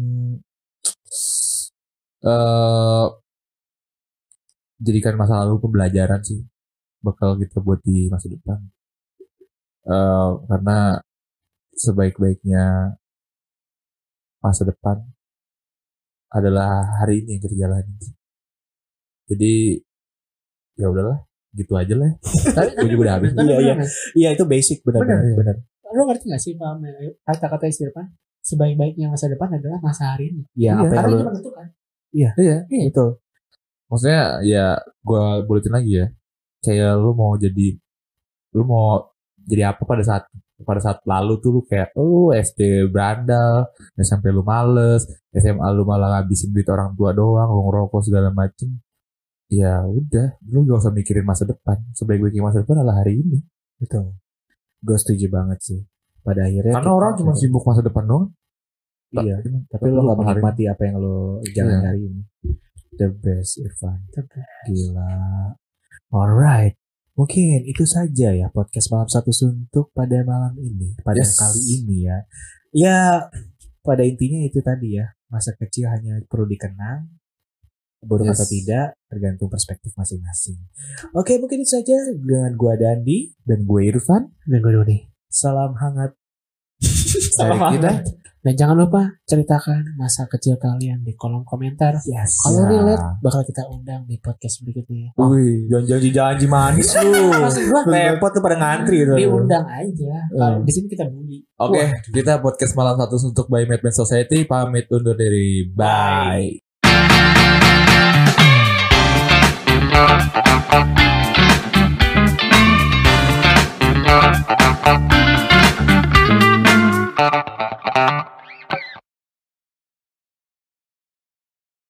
Eh, jadikan masa lalu pembelajaran sih. Bakal kita buat di masa depan. Eh, karena sebaik-baiknya masa depan adalah hari ini yang kita jalani. Jadi ya udahlah, gitu aja lah. Tapi Gue juga udah habis. Tapi Iya, iya. bener, Iya itu basic benar Benar, benar. iya. benar. Lo ngerti gak sih paham ya? Kata-kata Irfan, sebaik-baiknya masa depan adalah masa hari ini. Iya, Iya, apa yang Karena lo itu menentukan. Iya. betul. Maksudnya ya gue buletin lagi ya. Kayak lu mau jadi, lu mau jadi apa pada saat pada saat lalu tuh lu kayak lu S D berandal, S M P lu males, S M A lu malah ngabisin duit orang tua doang, lu ngerokok segala macem. Ya udah, lu gak usah mikirin masa depan. Sebaik-baiknya masa depan adalah hari ini. Betul. Gue setuju banget sih. Pada akhirnya Karena kita- orang cuma sibuk masa depan doang. Iya, Tapi- tapi lo lu gak hari- menikmati apa yang lo jalani Iya. hari ini. The best, Irfan. The best. Gila. Alright. Mungkin itu saja ya podcast malam satu suntuk pada malam ini. Pada Yes. kali ini ya. Ya, pada intinya itu tadi ya. Masa kecil hanya perlu dikenang. Buruk Yes. atau tidak, tergantung perspektif masing-masing. Oke, mungkin itu saja dengan gua Dandi. Dan gue Irfan. Dan gue Doni. Salam hangat. Dari kita. Dan jangan lupa ceritakan masa kecil kalian di kolom komentar. Yes. Kalau Ya. relate bakal kita undang di podcast berikutnya. Wih. Janji-janji manis lu. Maksud gua Repot tuh pada ngantri tuh. diundang aja. Kalau di sini kita bully. Oke, kita podcast malam satu untuk by Madman Society pamit undur diri. Bye. Thank you.